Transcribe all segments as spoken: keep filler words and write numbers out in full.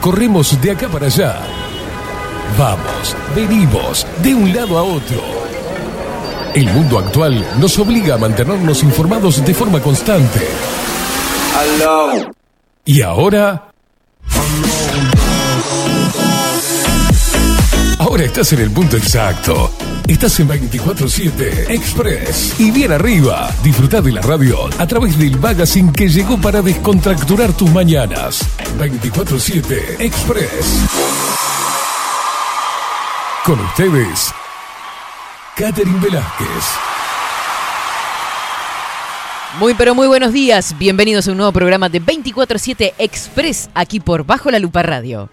corremos de acá para allá. Vamos, venimos, de un lado a otro. El mundo actual nos obliga a mantenernos informados de forma constante. Hello. Y ahora... Ahora estás en el punto exacto. Estás en veinticuatro siete Express. Y bien arriba, disfrutá de la radio a través del magazine que llegó para descontracturar tus mañanas. veinticuatro siete Express. Con ustedes, Catherine Velázquez. Muy pero muy buenos días. Bienvenidos a un nuevo programa de veinticuatro siete Express, aquí por Bajo la Lupa Radio.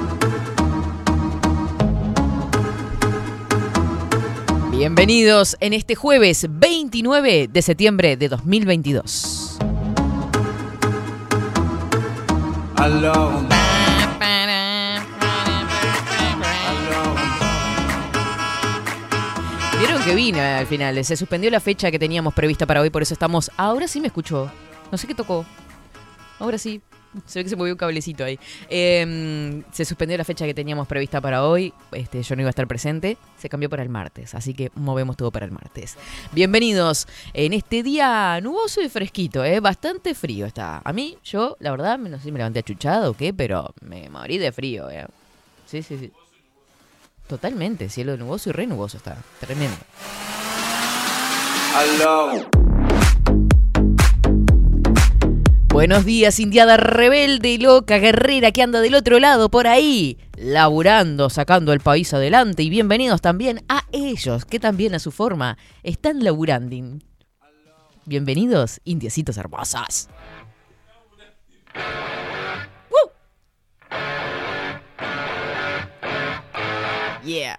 Bienvenidos en este jueves veintinueve de septiembre de dos mil veintidós. Aló. Vieron que vine al final, se suspendió la fecha que teníamos prevista para hoy, por eso estamos... Ahora sí me escuchó, no sé qué tocó, ahora sí. Se ve que se movió un cablecito ahí. Eh, se suspendió la fecha que teníamos prevista para hoy. Este, yo no iba a estar presente. Se cambió para el martes. Así que movemos todo para el martes. Bienvenidos en este día nuboso y fresquito. ¿eh? Bastante frío está. A mí, yo, la verdad, no sé si me levanté achuchado o qué, pero me morí de frío. ¿eh? Sí, sí, sí. Totalmente. Cielo nuboso y re nuboso está. Tremendo. Hello. Buenos días, indiada rebelde y loca guerrera que anda del otro lado por ahí, laburando, sacando el país adelante. Y bienvenidos también a ellos, que también a su forma están laburando. Bienvenidos, indiecitos hermosos. ¡Woo! Yeah.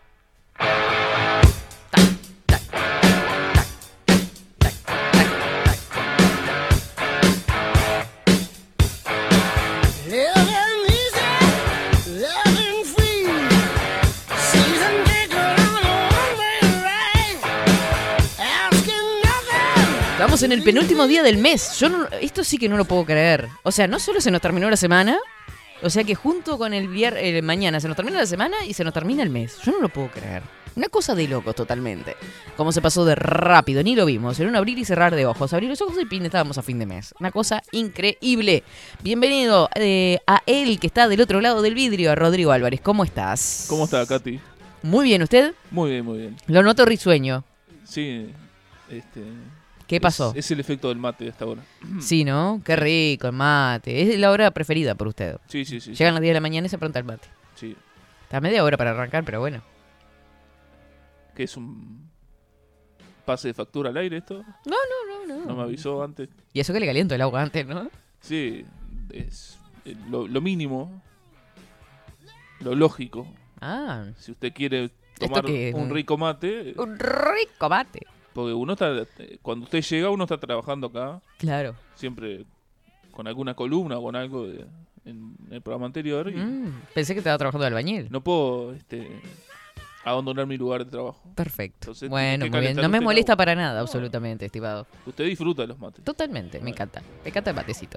Estamos en el penúltimo día del mes. Yo no, esto sí que no lo puedo creer. O sea, no solo se nos terminó la semana, o sea que junto con el viernes, eh, mañana se nos termina la semana y se nos termina el mes. Yo no lo puedo creer. Una cosa de locos totalmente. Cómo se pasó de rápido, ni lo vimos. Era un abrir y cerrar de ojos. Abrir los ojos y pin, estábamos a fin de mes. Una cosa increíble. Bienvenido eh, a él que está del otro lado del vidrio, a Rodrigo Álvarez. ¿Cómo estás? ¿Cómo está, Katy? Muy bien, ¿usted? Muy bien, muy bien. Lo noto risueño. Sí, este... ¿Qué pasó? Es, es el efecto del mate de esta hora. Sí, ¿no? Qué rico el mate. Es la hora preferida por usted. Sí, sí, sí. Llegan sí. las diez de la mañana y se pronta el mate. Sí. Está media hora para arrancar, pero bueno. ¿Qué es un pase de factura al aire esto? No, no, no, no. No me avisó antes. Y eso que le caliento el agua antes, ¿no? Sí, es eh, lo, lo mínimo, lo lógico. Ah. Si usted quiere tomar un rico mate... Un rico mate. Porque uno está, cuando usted llega, uno está trabajando acá. Claro. Siempre con alguna columna o con algo de, en el programa anterior. Y mm, pensé que estaba trabajando de albañil. no puedo este, abandonar mi lugar de trabajo. Perfecto. Entonces, bueno, muy bien. No me molesta para nada, absolutamente, estimado. Usted disfruta de los mates. Totalmente, me encanta. Me encanta el matecito.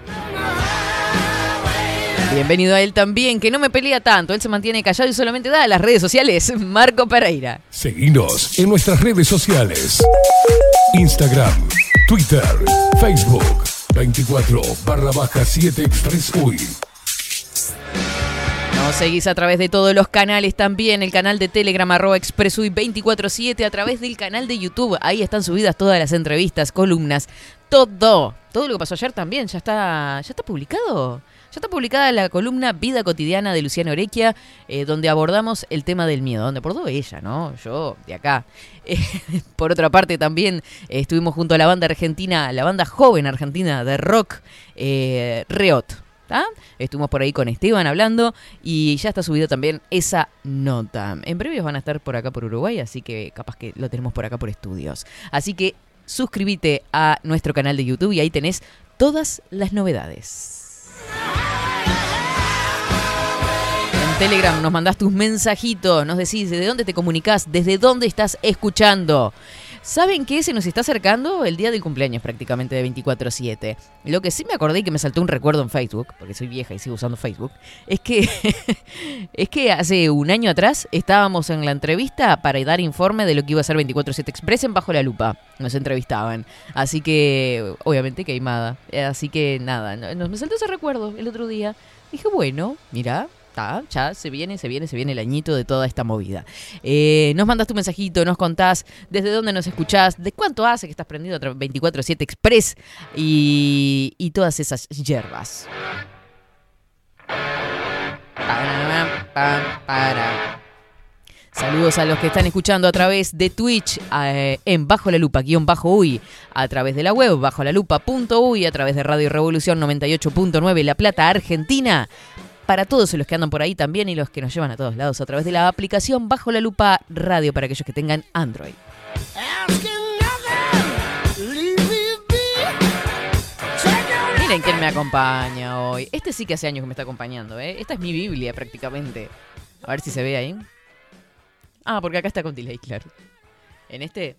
Bienvenido a él también, que no me pelea tanto. Él se mantiene callado y solamente da a las redes sociales. Marco Pereira. Seguinos en nuestras redes sociales. Instagram, Twitter, Facebook, veinticuatro barra baja siete Express U I. Nos seguís a través de todos los canales también. El canal de Telegram, arroba ExpressUI veinticuatro siete. A través del canal de YouTube. Ahí están subidas todas las entrevistas, columnas. Todo. Todo lo que pasó ayer también. Ya está, ya está publicado. Ya está publicada la columna Vida Cotidiana de Luciana Orequia, eh, donde abordamos el tema del miedo, donde abordó ella, ¿no? Yo, de acá. Eh, por otra parte, también eh, estuvimos junto a la banda argentina, la banda joven argentina de rock, eh, Reot. ¿Ah? Estuvimos por ahí con Esteban hablando y ya está subida también esa nota. En breves van a estar por acá por Uruguay, así que capaz que lo tenemos por acá por estudios. Así que suscríbete a nuestro canal de YouTube y ahí tenés todas las novedades. En Telegram nos mandás tus mensajitos, nos decís de dónde te comunicás, desde dónde estás escuchando. ¿Saben qué? Se nos está acercando el día del cumpleaños prácticamente de veinticuatro siete. Lo que sí me acordé y que me saltó un recuerdo en Facebook, porque soy vieja y sigo usando Facebook, es que, es que hace un año atrás estábamos en la entrevista para dar informe de lo que iba a ser veinticuatro siete Express en Bajo la Lupa. Nos entrevistaban. Así que, obviamente queimada. Así que nada, nos me saltó ese recuerdo el otro día. Dije, bueno, mira... ya se viene, se viene, se viene el añito de toda esta movida. Eh, nos mandas tu mensajito, nos contás desde dónde nos escuchás, de cuánto hace que estás prendido a veinticuatro siete Express y, y todas esas hierbas. Saludos a los que están escuchando a través de Twitch eh, en Bajo la Lupa, guión bajo uy, a través de la web bajo la lupa punto uy, a través de Radio Revolución noventa y ocho punto nueve La Plata, Argentina. Para todos los que andan por ahí también y los que nos llevan a todos lados a través de la aplicación Bajo la Lupa Radio para aquellos que tengan Android. Miren quién me acompaña hoy. Este sí que hace años que me está acompañando, ¿eh? Esta es mi Biblia prácticamente. A ver si se ve ahí. Ah, porque acá está con delay, claro. En este...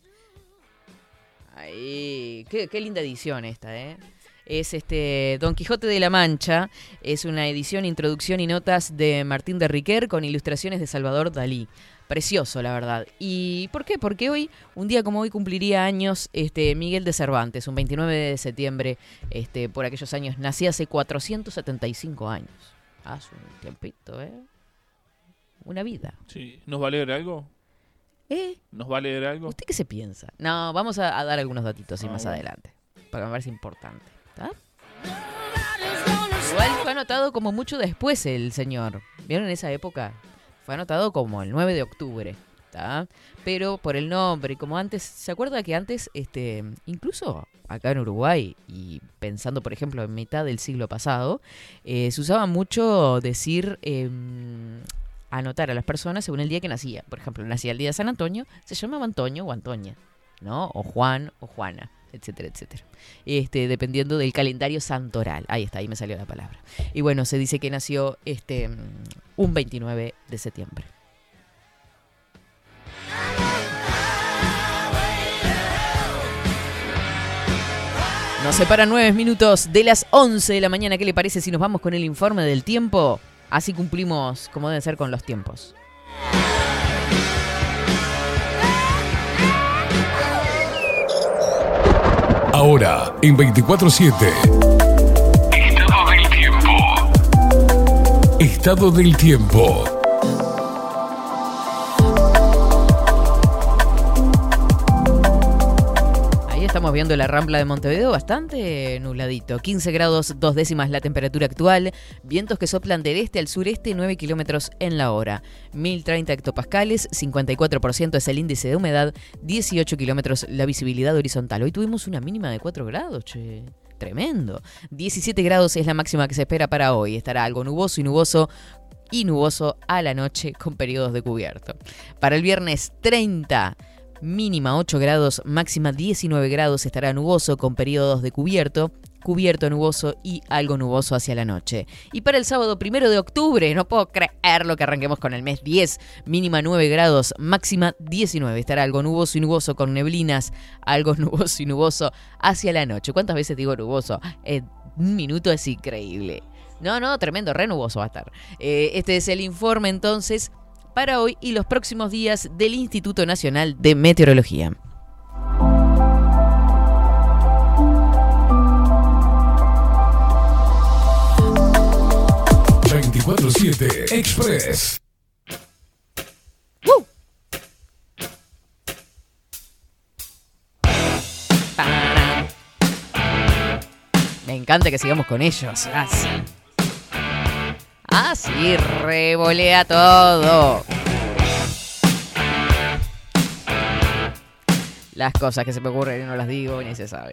Ahí... Qué, qué linda edición esta, ¿eh? Es este Don Quijote de la Mancha, es una edición, introducción y notas de Martín de Riquer con ilustraciones de Salvador Dalí. Precioso, la verdad. ¿Y por qué? Porque hoy, un día como hoy, cumpliría años este Miguel de Cervantes, un veintinueve de septiembre, este por aquellos años. Nací hace cuatrocientos setenta y cinco años. Hace un tiempito, ¿eh? Una vida. Sí. ¿Nos va a leer algo? ¿Eh? ¿Nos va a leer algo? ¿Usted qué se piensa? No, vamos a, a dar algunos datitos así Ah, más bueno. adelante, porque me parece importante. ¿Está? Igual fue anotado como mucho después el señor. ¿Vieron en esa época? Fue anotado como el nueve de octubre. ¿Está? Pero por el nombre, como antes, ¿se acuerda que antes, este, incluso acá en Uruguay, y pensando por ejemplo en mitad del siglo pasado, eh, se usaba mucho decir, eh, anotar a las personas según el día que nacía. Por ejemplo, nacía el día de San Antonio, se llamaba Antonio o Antonia, ¿no? O Juan o Juana, etcétera, etcétera. Este, dependiendo del calendario santoral. Ahí está, ahí me salió la palabra. Y bueno, se dice que nació este un veintinueve de septiembre. Nos separan nueve minutos de las once de la mañana. ¿Qué le parece si nos vamos con el informe del tiempo? Así cumplimos como debe ser con los tiempos. Ahora, en veinticuatro siete. Estado del tiempo. Estado del tiempo. Ahí estamos viendo la Rambla de Montevideo bastante nubladito. quince grados, dos décimas la temperatura actual. Vientos que soplan del este al sureste, nueve kilómetros en la hora. mil treinta hectopascales, cincuenta y cuatro por ciento es el índice de humedad, dieciocho kilómetros la visibilidad horizontal. Hoy tuvimos una mínima de cuatro grados, che. Tremendo. diecisiete grados es la máxima que se espera para hoy. Estará algo nuboso y nuboso y nuboso a la noche con periodos de cubierto. Para el viernes treinta, mínima ocho grados, máxima diecinueve grados, estará nuboso con periodos de cubierto, cubierto, nuboso y algo nuboso hacia la noche. Y para el sábado primero de octubre, no puedo creerlo que arranquemos con el mes diez, mínima nueve grados, máxima diecinueve, estará algo nuboso y nuboso con neblinas, algo nuboso y nuboso hacia la noche. ¿Cuántas veces digo nuboso? Eh, un minuto es increíble. No, no, tremendo, re nuboso va a estar. Eh, este es el informe entonces para hoy y los próximos días del Instituto Nacional de Meteorología. veinticuatro siete Express. ¡Uh! Me encanta que sigamos con ellos. Así. Así revolea todo. Las cosas que se me ocurren y no las digo ni se sabe.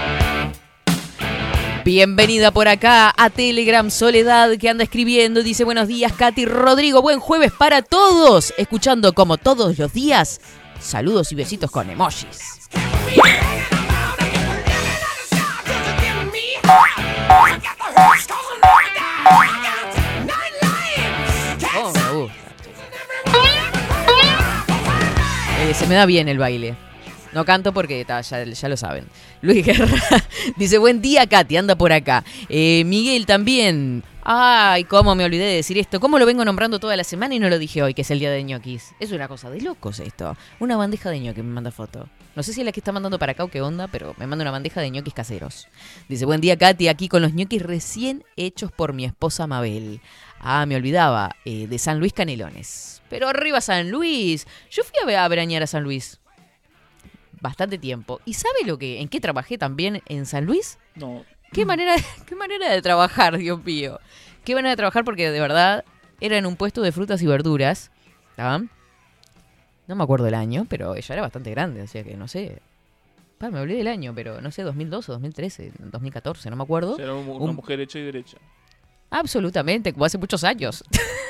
Bienvenida por acá a Telegram Soledad, que anda escribiendo. Dice: buenos días, Katy, Rodrigo, buen jueves para todos. Escuchando como todos los días. Saludos y besitos con emojis. Oh, me gusta. Eh, se me da bien el baile. No canto porque ta, ya, ya lo saben. Luis Guerra dice, buen día, Katy, anda por acá. Eh, Miguel también. Ay, cómo me olvidé de decir esto. ¿Cómo lo vengo nombrando toda la semana y no lo dije hoy, que es el día de ñoquis? Es una cosa de locos esto. Una bandeja de ñoquis me manda foto. No sé si es la que está mandando para acá o qué onda, pero me manda una bandeja de ñoquis caseros. Dice, buen día, Katy, aquí con los ñoquis recién hechos por mi esposa Mabel. Ah, me olvidaba, eh, de San Luis Canelones. Pero arriba San Luis. Yo fui a, ver, a veranear a San Luis bastante tiempo. ¿Y sabe lo que, en qué trabajé también en San Luis? No. ¿Qué manera, qué manera de trabajar, Dios mío? Qué manera de trabajar porque de verdad era en un puesto de frutas y verduras. ¿Ah? No me acuerdo el año, pero ella era bastante grande, o sea que no sé. Pa, me olvidé del año, pero no sé, dos mil doce, dos mil trece, dos mil catorce, no me acuerdo. Era una Un- mujer hecha y derecha. Absolutamente, como hace muchos años.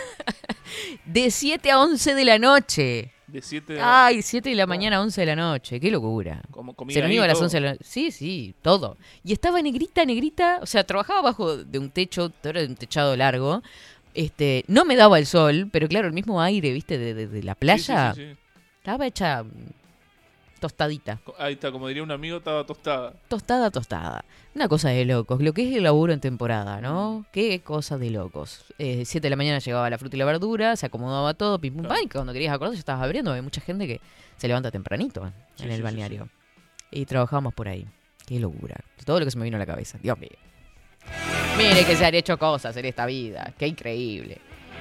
De siete a once de la noche. De siete Ay, siete de la mañana a once de la noche, qué locura. como comida Se nos ahí iba a las todo. once de la noche. Sí, sí, todo. Y estaba negrita, negrita. O sea, trabajaba abajo de un techo, era de un techado largo. Este, no me daba el sol, pero claro, el mismo aire, ¿viste? De, de- de la Sí, playa. sí, sí, sí. Estaba hecha mm, tostadita. Co- Ahí está, como diría un amigo, estaba tostada. Tostada, tostada. Una cosa de locos. Lo que es el laburo en temporada, ¿no? Qué cosa de locos. Eh, siete de la mañana llegaba la fruta y la verdura, se acomodaba todo, pim pum Claro. pam, y cuando querías acordar ya estabas abriendo. Hay mucha gente que se levanta tempranito en Sí, el sí, sí, balneario. Y trabajábamos por ahí. Qué locura. Todo lo que se me vino a la cabeza. Dios mío. Mire que se han hecho cosas en esta vida. Qué increíble.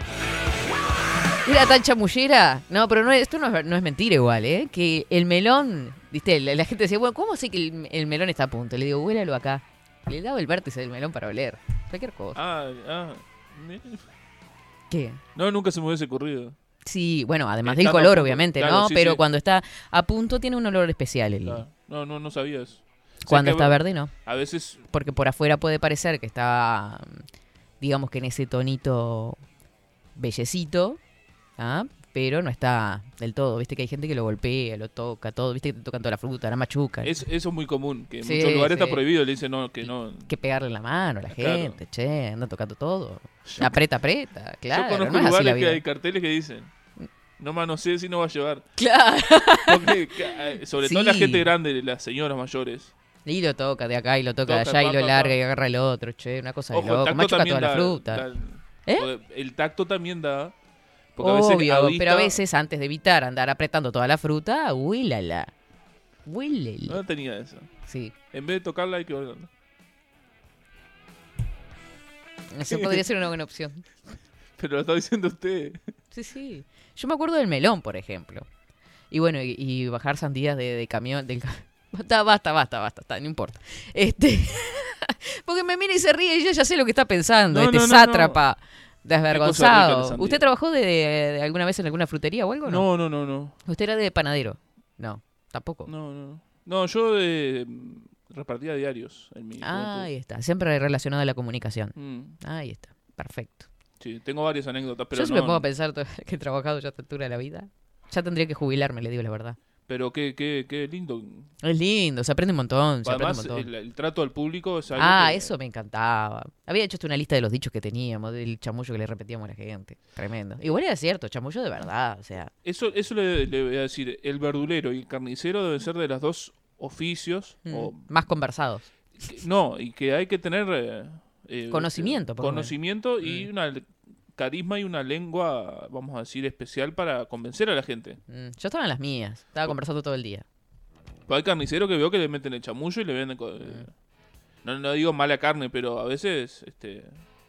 ¿Era tan chamullera? No, pero no, es- esto no es, no es mentira igual, ¿eh? Que el melón, viste, la, la gente decía, bueno, ¿cómo sé que el, el melón está a punto? Le digo, huélalo acá. Le daba el vértice del melón para oler. Cualquier cosa. Ah, ah. mi- ¿Qué? No, nunca se me hubiese ocurrido. Sí, bueno, además Estando del a color, punto. obviamente, Claro, ¿no? sí, Pero sí. cuando está a punto tiene un olor especial. El, Claro. No, no, no sabía eso. O sea, cuando que está a- verde, no. A veces, Porque por afuera puede parecer que está, digamos que en ese tonito bellecito, ¿ah? Pero no está del todo. Viste que hay gente que lo golpea, lo toca, todo. Viste que te tocan toda la fruta, la machuca. es, eso es muy común. Que en Sí, muchos lugares sí. está prohibido. Le dicen no, que no. Hay que pegarle la mano a la Claro. gente, che, andan tocando todo. Apreta, apreta, claro. Yo conozco no es así la lugares que vida. hay carteles que dicen. No manosees si no va a llevar. Claro. Porque, que, eh, sobre todo la Sí. gente grande, las señoras mayores. Y lo toca de acá y lo toca de Toca, allá pa, y lo pa, larga pa. y agarra el otro, che, una cosa de Ojo, el loco. tacto Machuca también toda la da- fruta. da- ¿Eh? joder, el tacto también da. Porque a veces Obvio, a vista- pero a veces antes de evitar andar apretando toda la fruta, huílala. Huílela. No tenía eso. Sí, En vez de tocarla hay que olerla. eso podría ser una buena opción. Pero lo está diciendo usted. Sí, sí. Yo me acuerdo del melón, por ejemplo. Y bueno, y, y bajar sandías de, de camión. Del... ca- Basta, basta, basta, basta, está, no importa. Este. Porque me mira y se ríe y yo ya sé lo que está pensando. No, este no, no, sátrapa. Qué cosa rica Desvergonzado. la sandía. ¿Usted trabajó de, de alguna vez en alguna frutería o algo? No. No, no, no, no. ¿Usted era de panadero? No, tampoco. No, no. No, yo eh, repartía diarios en mi Ah, ahí juventud. está. Siempre relacionado a la comunicación. Mm, Ahí está. Perfecto. sí, tengo varias anécdotas, pero Yo si no, me pongo a pensar to- que he trabajado ya a esta altura de la vida, ya tendría que jubilarme, le digo la verdad. pero qué, qué, qué lindo. Es lindo, se aprende un montón, se Además, aprende un montón. el, el trato al público es algo Ah, que- eso me encantaba. Había hecho hasta una lista de los dichos que teníamos, del chamullo que le repetíamos a la gente. Tremendo. Igual era cierto, chamullo de verdad, o sea. Eso, eso le, le voy a decir, el verdulero y el carnicero deben ser de los dos oficios, mm, o, más conversados. que- no, y que hay que tener eh, eh, Conocimiento, por lo menos. conocimiento y Mm. una le- carisma y una lengua, vamos a decir, especial para convencer a la gente. Mm, Yo estaba en las mías, estaba conversando todo el día. Pues hay carniceros que veo que le meten el chamullo y le venden... co- eh, no, no digo mala carne, pero a veces... este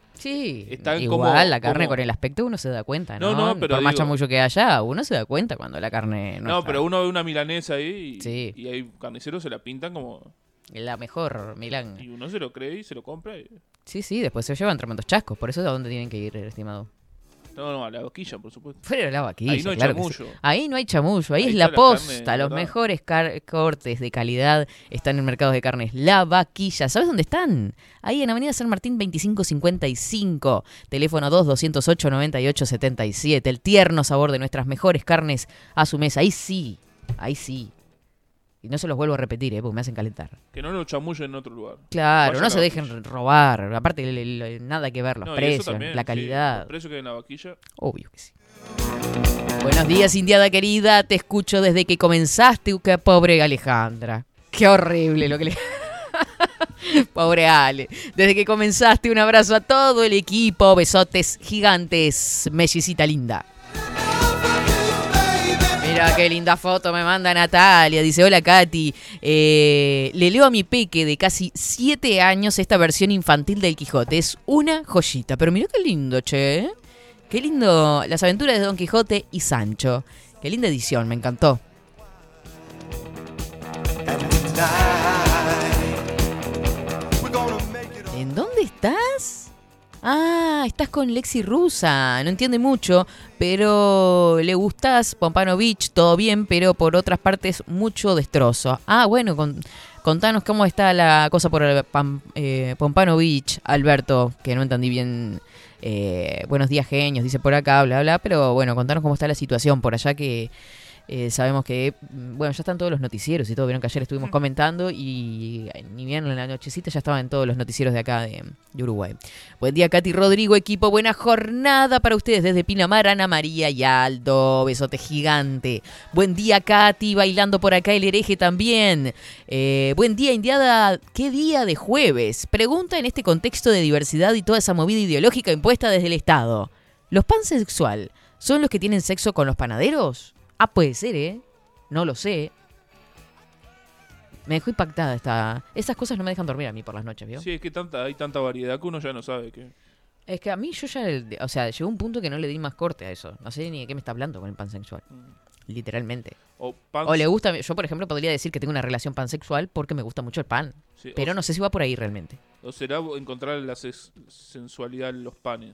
Sí, Están igual como- la carne como- con el aspecto uno se da cuenta, ¿no? No, no, pero Por más digo- chamullo que haya, uno se da cuenta cuando la carne no, No, está. pero uno ve una milanesa ahí y, Sí. y hay carniceros se la pintan como... La mejor, Milán. Y uno se lo cree y se lo compra. y- Sí, sí, después se llevan tremendos chascos. Por eso es a dónde tienen que ir, estimado. No, no, a la boquilla, por supuesto. Fuera de la vaquilla. Ahí no hay claro que sí. chamullo. Ahí no hay chamullo, ahí, Ahí es está la la posta. carne, Los ¿verdad? mejores car- cortes de calidad están en mercados de carnes. La Vaquilla. ¿Sabes dónde están? Ahí en Avenida San Martín veinticinco cincuenta y cinco. Teléfono dos dos ocho nueve ocho siete siete. El tierno sabor de nuestras mejores carnes a su mesa. Ahí sí, ahí sí. Y no se los vuelvo a repetir, ¿eh? Porque me hacen calentar. Que no lo chamullen en otro lugar. Claro, Vaya no a se la dejen robar. Aparte, el- el- el- nada que ver, los No, y eso precios, también, la sí, calidad. los precios que hay en la vaquilla. Obvio que sí. Buenos días, Indiada querida. Te escucho desde que comenzaste. Qué pobre Alejandra. Qué horrible lo que le... Pobre Ale. Desde que comenzaste, un abrazo a todo el equipo. Besotes gigantes. Mellicita linda. Mira qué linda foto me manda Natalia. Dice, hola Katy. Eh, le leo a mi peque de casi siete años esta versión infantil del Quijote. Es una joyita. Pero mira qué lindo, che. Qué lindo. Las aventuras de Don Quijote y Sancho. Qué linda edición, me encantó. ¿En dónde estás? Ah, estás con Lexi Rusa. No entiende mucho, pero le gustás Pompano Beach, todo bien, pero por otras partes mucho destrozo. Ah, bueno, con, contanos cómo está la cosa por el Pam, eh, Pompano Beach, Alberto, que no entendí bien. Eh, buenos días, genios, dice por acá, bla, bla, pero bueno, contanos cómo está la situación por allá, que eh, sabemos que, bueno, ya están todos los noticieros y todo, vieron que ayer estuvimos comentando y ni bien en la nochecita ya estaban todos los noticieros de acá de, de Uruguay. Buen día, Katy, Rodrigo, equipo, buena jornada para ustedes desde Pinamar, Ana María y Aldo, besote gigante. Buen día, Katy, bailando por acá el hereje también. Eh, buen día, Indiada, ¿qué día de jueves? Pregunta en este contexto de diversidad y toda esa movida ideológica impuesta desde el Estado. ¿Los pansexual son los que tienen sexo con los panaderos? Ah, puede ser, ¿eh? No lo sé. Me dejó impactada esta... Esas cosas no me dejan dormir a mí por las noches, ¿vio? Sí, es que tanta, hay tanta variedad que uno ya no sabe qué. Es que a mí yo ya... O sea, llegó un punto que no le di más corte a eso. No sé ni de qué me está hablando con el pansexual. Mm. Literalmente. O, pans... o le gusta... Yo, por ejemplo, podría decir que tengo una relación pansexual porque me gusta mucho el pan. Sí, pero no sé si va por ahí realmente. ¿O será encontrar la ses- sensualidad en los panes?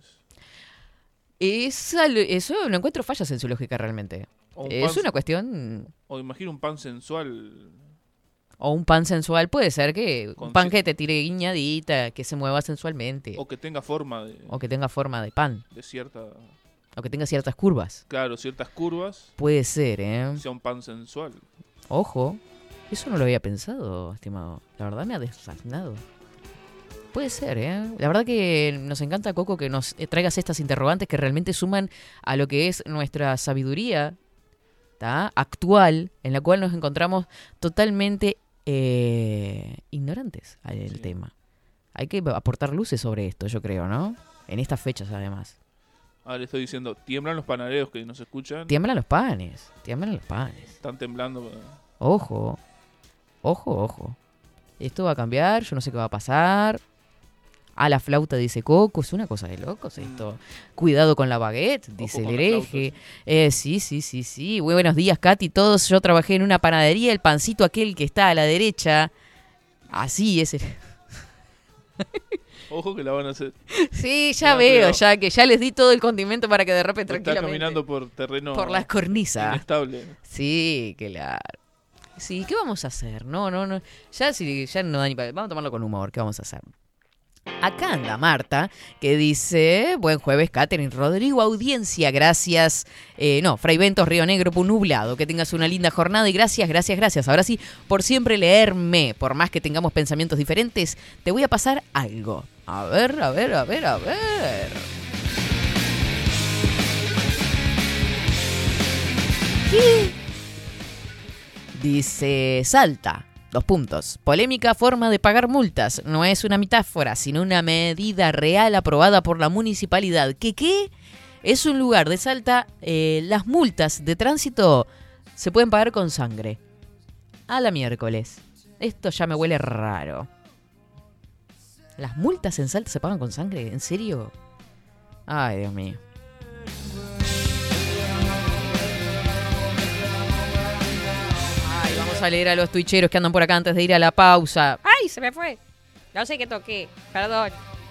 Esa, eso no encuentro fallas en su lógica realmente. Un es pan, una cuestión... O imagino un pan sensual. O un pan sensual puede ser que... Un pan que te tire guiñadita, que se mueva sensualmente. O que tenga forma de... O que tenga forma de pan. De cierta... O que tenga ciertas curvas. Claro, ciertas curvas. Puede ser, ¿eh? Sea un pan sensual. Ojo. Eso no lo había pensado, estimado. La verdad me ha desasnado. Puede ser, ¿eh? La verdad que nos encanta, Coco, que nos traigas estas interrogantes que realmente suman a lo que es nuestra sabiduría, ¿tá? Actual, en la cual nos encontramos totalmente eh, ignorantes al sí. tema. Hay que aportar luces sobre esto, yo creo, ¿no? En estas fechas, además. Ah, le estoy diciendo, tiemblan los panaderos que nos escuchan. Tiemblan los panes, tiemblan los panes. Están temblando. Ojo, ojo, ojo. Esto va a cambiar, yo no sé qué va a pasar. A la flauta, dice Coco, es una cosa de locos esto. Mm. Cuidado con la baguette, dice el hereje. Flauta, sí. Eh, sí, sí, sí, sí. Muy buenos días, Katy. Todos, yo trabajé en una panadería, el pancito aquel que está a la derecha. Así es el... Ojo que la van a hacer. Sí, ya no, veo, ya que ya les di todo el condimento para que derrape tranquilamente. Está caminando por terreno... Por las cornisas. Inestable. Sí, claro. Sí, ¿qué vamos a hacer? No, no, no. Ya, sí, ya no da ni para... Vamos a tomarlo con humor, ¿qué vamos a hacer? Acá anda Marta, que dice, buen jueves, Catherine, Rodrigo, audiencia, gracias. Eh, no, Fray Ventos, Río Negro, nublado, que tengas una linda jornada y gracias, gracias, gracias. Ahora sí, por siempre leerme, por más que tengamos pensamientos diferentes, te voy a pasar algo. A ver, a ver, a ver, a ver. ¿Qué? Dice, Salta. Dos puntos. Polémica forma de pagar multas. No es una metáfora, sino una medida real aprobada por la municipalidad. ¿Qué qué? Es un lugar de Salta. Eh, las multas de tránsito se pueden pagar con sangre. A la miércoles. Esto ya me huele raro. ¿Las multas en Salta se pagan con sangre? ¿En serio? Ay, Dios mío. Vamos a leer a los tuicheros que andan por acá antes de ir a la pausa. ¡Ay, se me fue! No sé qué toqué. Perdón.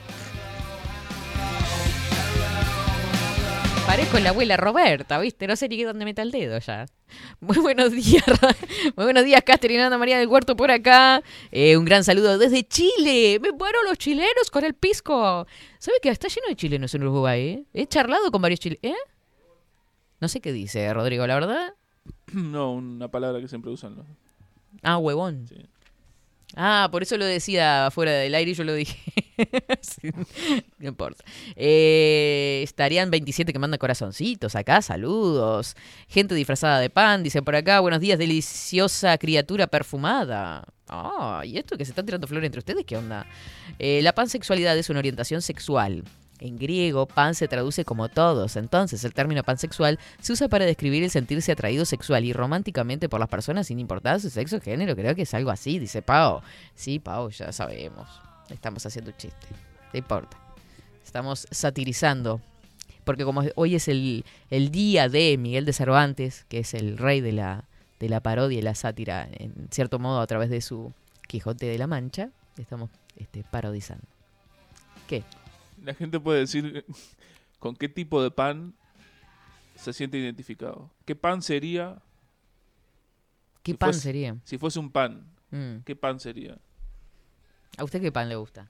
Parezco la abuela Roberta, ¿viste? No sé ni dónde meta el dedo ya. Muy buenos días. Muy buenos días, Catherine Ana María del Huerto por acá. Eh, un gran saludo desde Chile. Me muero los chilenos con el pisco. ¿Sabe que está lleno de chilenos en Uruguay? ¿eh? He charlado con varios chilenos. ¿Eh? No sé qué dice Rodrigo, la verdad. No, una palabra que siempre usan. ¿no? Ah, huevón. Sí. Ah, por eso lo decía fuera del aire y yo lo dije. Sí, no importa. Eh, estarían veintisiete que mandan corazoncitos acá, saludos. Gente disfrazada de pan, dice por acá, buenos días, deliciosa criatura perfumada. Ah, ¿y esto que se están tirando flores entre ustedes? ¿Qué onda? Eh, la pansexualidad es una orientación sexual. En griego, pan se traduce como todos. Entonces, el término pansexual se usa para describir el sentirse atraído sexual y románticamente por las personas sin importar su sexo o género. Creo que es algo así, dice Pau. Sí, Pau, ya sabemos. Estamos haciendo un chiste. No importa. Estamos satirizando. Porque como hoy es el, el día de Miguel de Cervantes, que es el rey de la, de la parodia y la sátira, en cierto modo, a través de su Quijote de la Mancha, estamos este, parodizando. ¿Qué? La gente puede decir con qué tipo de pan se siente identificado. ¿Qué pan sería? ¿Qué si pan fuese, sería? Si fuese un pan, Mm. ¿qué pan sería? ¿A usted qué pan le gusta?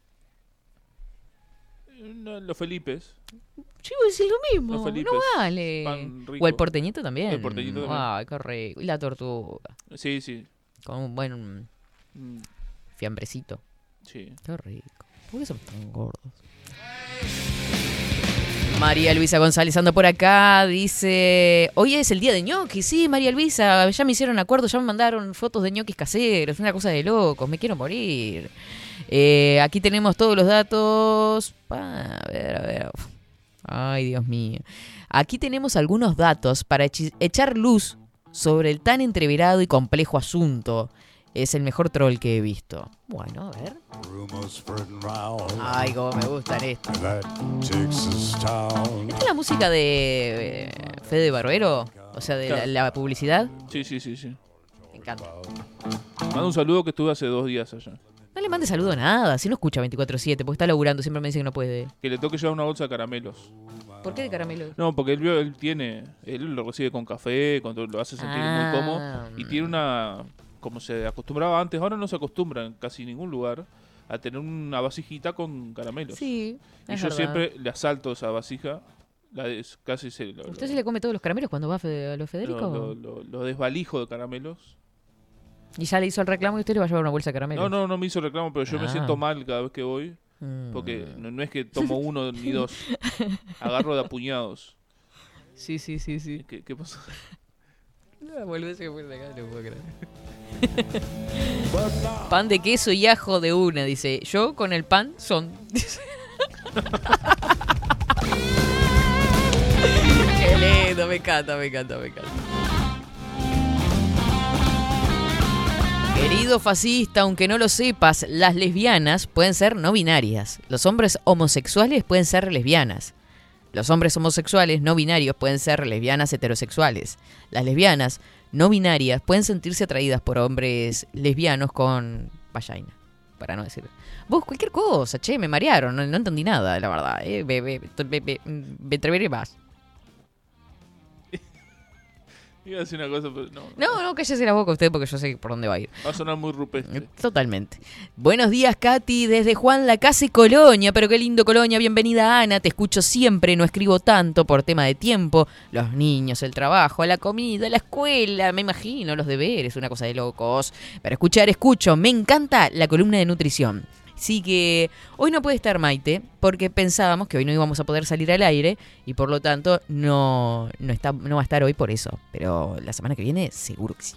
No, los Felipes. Yo iba a decir lo mismo. Los Felipes. No vale. Pan rico. O el porteñito también. El porteñito también. Ay, qué rico. Y la tortuga. Sí, sí. Con un buen Mm, fiambrecito. sí. Qué rico. ¿Por qué son tan gordos? María Luisa González anda por acá, dice, hoy es el día de ñoquis. Sí, María Luisa, ya me hicieron acuerdo, ya me mandaron fotos de ñoquis caseros, una cosa de locos, me quiero morir. Eh, aquí tenemos todos los datos. Ah, a ver, a ver. Ay, Dios mío. Aquí tenemos algunos datos para echi- echar luz sobre el tan entreverado y complejo asunto. Es el mejor troll que he visto. Bueno, a ver. Ay, cómo me gustan estos. ¿Esta es la música de eh, Fede Barbero? O sea, de la, la publicidad. Sí, sí, sí, sí. Me encanta. Mando un saludo que estuve hace dos días allá. No le mande saludo a nada, si no escucha veinticuatro siete, porque está laburando, siempre me dice que no puede. Que le toque llevar una bolsa de caramelos. ¿Por qué de caramelo? No, porque él, vio- él tiene, él lo recibe con café, cuando lo hace sentir Ah. muy cómodo. Y tiene una, como se acostumbraba antes, ahora no se acostumbra en casi ningún lugar a tener una vasijita con caramelos. Sí, y es yo verdad. siempre le asalto esa vasija, la des- casi se lo, ¿Usted lo- se le come todos los caramelos cuando va a, Fe- a los Federico? lo- lo- lo- lo desvalijo de caramelos. Y ya le hizo el reclamo y usted le va a llevar una bolsa de caramelos. No, no, no me hizo reclamo, pero yo me Ah. siento mal cada vez que voy. Mm. Porque no, no es que tomo uno ni dos, agarro de a puñados. Sí, sí, sí, sí. ¿Qué, qué pasó? No, volvés a poner acá, no puedo creer. Pan de queso y ajo de una, dice. Yo con el pan son. Qué lindo, me encanta, me encanta, me encanta. Querido fascista, aunque no lo sepas, las lesbianas pueden ser no binarias. Los hombres homosexuales pueden ser lesbianas. Los hombres homosexuales no binarios pueden ser lesbianas heterosexuales. Las lesbianas no binarias pueden sentirse atraídas por hombres lesbianos con vagina, para no decir. Vos, cualquier cosa, che, me marearon, no, no entendí nada, la verdad. Eh. Be, be, be, be, me atreveré más. Iba a decir una cosa, pero no. No, no, cállese la boca usted porque yo sé por dónde va a ir. Va a sonar muy rupestre. Totalmente. Buenos días, Katy, desde Juan Lacase, Colonia. Pero qué lindo, Colonia. Bienvenida, Ana. Te escucho siempre, no escribo tanto por tema de tiempo. Los niños, el trabajo, la comida, la escuela, me imagino, los deberes, una cosa de locos. Para escuchar, escucho. Me encanta la columna de nutrición. Así que hoy no puede estar Maite, porque pensábamos que hoy no íbamos a poder salir al aire y por lo tanto no, no, está, no va a estar hoy por eso. Pero la semana que viene seguro que sí.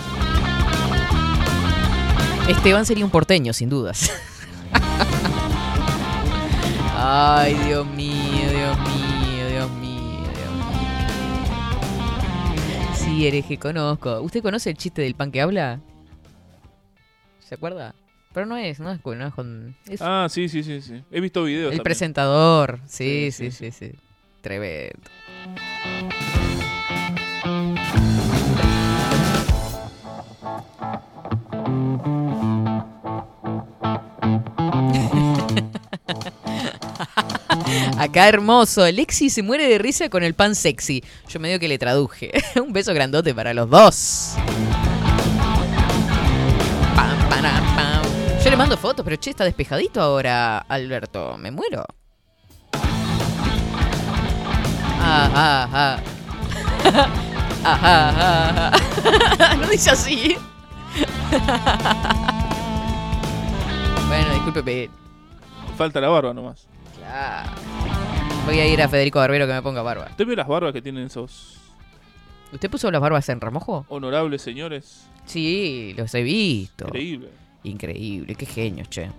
Esteban sería un porteño, sin dudas. Ay, Dios mío, Dios mío, Dios mío, Dios mío. Sí, hereje, conozco. ¿Usted conoce el chiste del pan que habla? ¿Se acuerda? Pero no es, no es, no es con... Es Ah, sí, sí, sí, sí. He visto videos el también. presentador. Sí, sí, Sí, sí, sí, sí. Tremendo. Acá hermoso. Lexi se muere de risa con el pan sexy. Yo medio que le traduje. Un beso grandote para los dos. Pam, para, pam. Yo le mando fotos, pero che, está despejadito ahora, Alberto. Me muero. Ah, ah, ah. Ah, ah, ah, ah. No dice así. Bueno, discúlpeme. Falta la barba nomás. Claro. Voy a ir a Federico Barbero que me ponga barba. ¿Usted ve las barbas que tienen esos ¿Usted puso las barbas en remojo? honorables señores? Sí, los he visto. Increíble. Increíble, qué genios, che.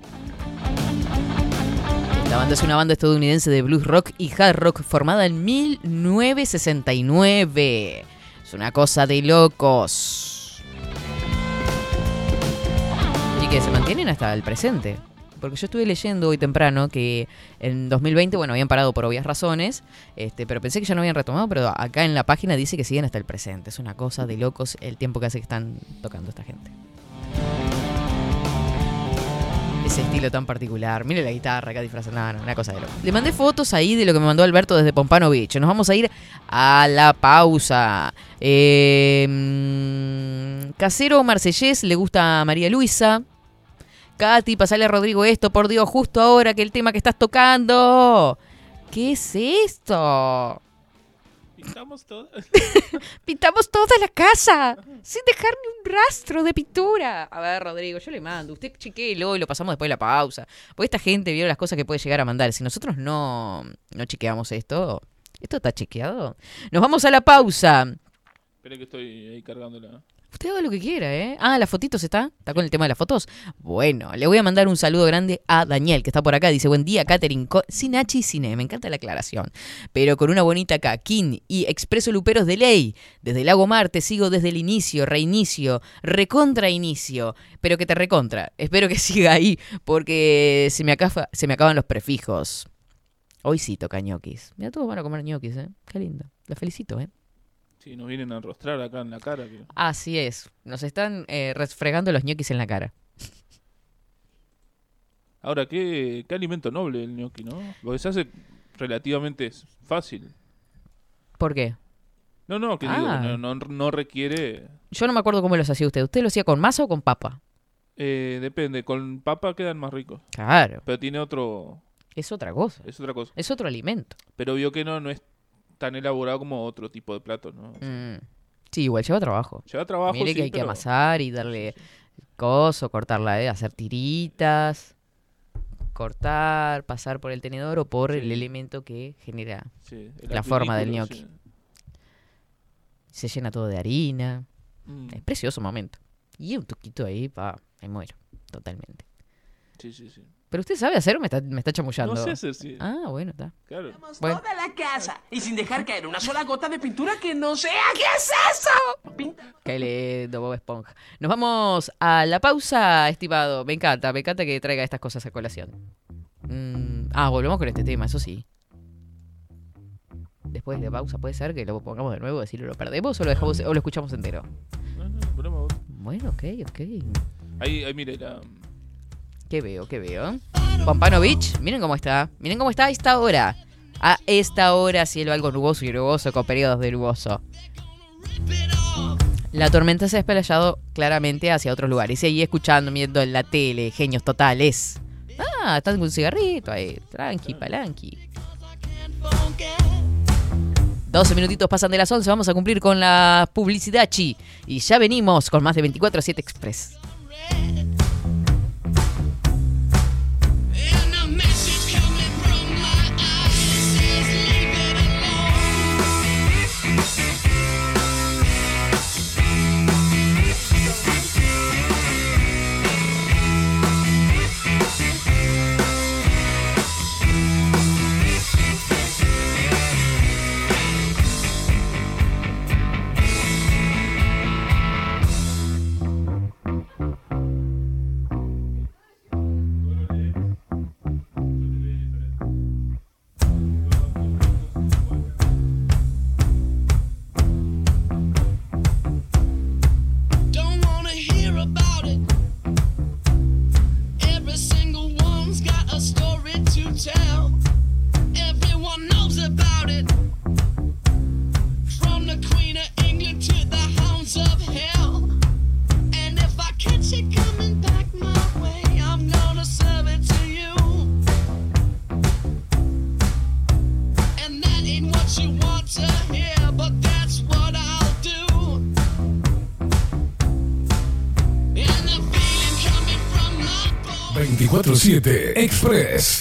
Esta banda es una banda estadounidense de blues rock y hard rock formada en mil novecientos sesenta y nueve. Es una cosa de locos. Y que se mantienen hasta el presente. Porque yo estuve leyendo hoy temprano que en dos mil veinte, bueno, habían parado por obvias razones, este, pero pensé que ya no habían retomado, pero acá en la página dice que siguen hasta el presente. Es una cosa de locos el tiempo que hace que están tocando esta gente. Ese estilo tan particular. Mire la guitarra acá disfrazada. No, no, una cosa de loco. Le mandé fotos ahí de lo que me mandó Alberto desde Pompano Beach. Nos vamos a ir a la pausa. Eh, Casero Marsellés le gusta a María Luisa. Katy, pasale a Rodrigo esto, por Dios, justo ahora que el tema que estás tocando. ¿Qué es esto? Pintamos todo. Pintamos toda la casa, sin dejar ni un rastro de pintura. A ver, Rodrigo, yo le mando. Usted chequéelo y lo pasamos después de la pausa. Porque esta gente vio las cosas que puede llegar a mandar. Si nosotros no, no chequeamos esto, ¿esto está chequeado? Nos vamos a la pausa. Espera que estoy ahí cargándola. Usted haga lo que quiera, ¿eh? Ah, ¿las fotitos está? ¿Está con el tema de las fotos? Bueno, le voy a mandar un saludo grande a Daniel, que está por acá. Dice, buen día, Catherine. Co- sin H y sin E. Me encanta la aclaración. Pero con una bonita K. King y Expreso Luperos de ley. Desde Lago Mar te sigo desde el inicio, reinicio, recontra inicio. Pero que te recontra. Espero que siga ahí, porque se me, acafa, se me acaban los prefijos. Hoy sí toca ñoquis. Mira, todos van a comer ñoquis, ¿eh? Qué lindo. La felicito, ¿eh? Sí, nos vienen a enrostrar acá en la cara. Que... Así es. Nos están eh, resfregando los ñoquis en la cara. Ahora, ¿qué, qué alimento noble el ñoqui, ¿no? Porque se hace relativamente fácil. ¿Por qué? No, no, que Ah. digo, no, no, no requiere... Yo no me acuerdo cómo los hacía usted. ¿Usted lo hacía con masa o con papa? Eh, depende, con papa quedan más ricos. Claro. Pero tiene otro... Es otra cosa. Es otra cosa. Es otro alimento. Pero vio que no, no es tan elaborado como otro tipo de plato, ¿no? Mm. Sí, igual lleva trabajo. Lleva trabajo, Mire sí, que hay que pero- amasar y darle Sí, sí. coso, cortarla, ¿eh? Hacer tiritas, cortar, pasar por el tenedor o por Sí. el elemento que genera. Sí, el La forma del articulículo, ñoqui. Se llena todo de harina. sí. Mm, Es precioso momento. Y un tuquito ahí, pa, me muero. Totalmente. sí, sí, sí. ¿Pero usted sabe hacer o me está, me está chamullando? No sé hacer, sí. Ah, bueno, está. Claro. Bueno. Toda la casa y sin dejar caer una sola gota de pintura que no sea. ¿Qué es eso? Pinta. Qué lindo, Bob Esponja. Nos vamos a la pausa, estimado. Me encanta, me encanta que traiga estas cosas a colación. Mm, ah, volvemos con este tema, eso sí. Después de la pausa, ¿puede ser que lo pongamos de nuevo, decir lo perdemos o lo dejamos o lo escuchamos entero? No, no, ponemos otro. Bueno, ok, ok. Ahí, ahí, mire, la... ¿Qué veo, qué veo? Pompano Beach, miren cómo está. Miren cómo está a esta hora. A esta hora, cielo algo nuboso y nuboso con periodos de nuboso. La tormenta se ha desplayado claramente hacia otros lugares. Y ahí escuchando, viendo en la tele, genios totales. Ah, están con un cigarrito ahí. Tranqui, palanqui. doce minutitos pasan de las once. Vamos a cumplir con la publicidad, chi. Y ya venimos con más de veinticuatro siete Express. Don't wanna hear about it. Every single one's got a story to tell. Everyone knows about it. From the Queen of England to the hounds of hell. And if I catch it coming back my way, I'm gonna serve it to you. And that ain't what you want to hear, but that's what I'll do. And the feeling coming from my bones. veinticuatro siete Express.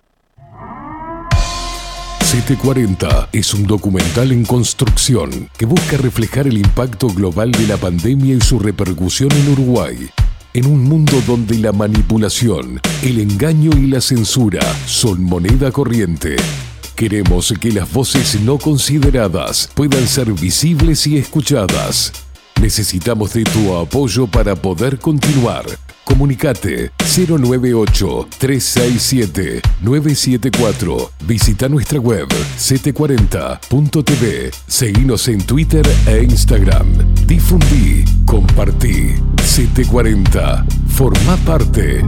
setecientos cuarenta es un documental en construcción que busca reflejar el impacto global de la pandemia y su repercusión en Uruguay. En un mundo donde la manipulación, el engaño y la censura son moneda corriente, queremos que las voces no consideradas puedan ser visibles y escuchadas. Necesitamos de tu apoyo para poder continuar. Comunicate cero nueve ocho, tres seis siete, nueve siete cuatro. Visita nuestra web setecientos cuarenta punto t v. Seguinos en Twitter e Instagram. Difundí, compartí. setecientos cuarenta. Forma parte.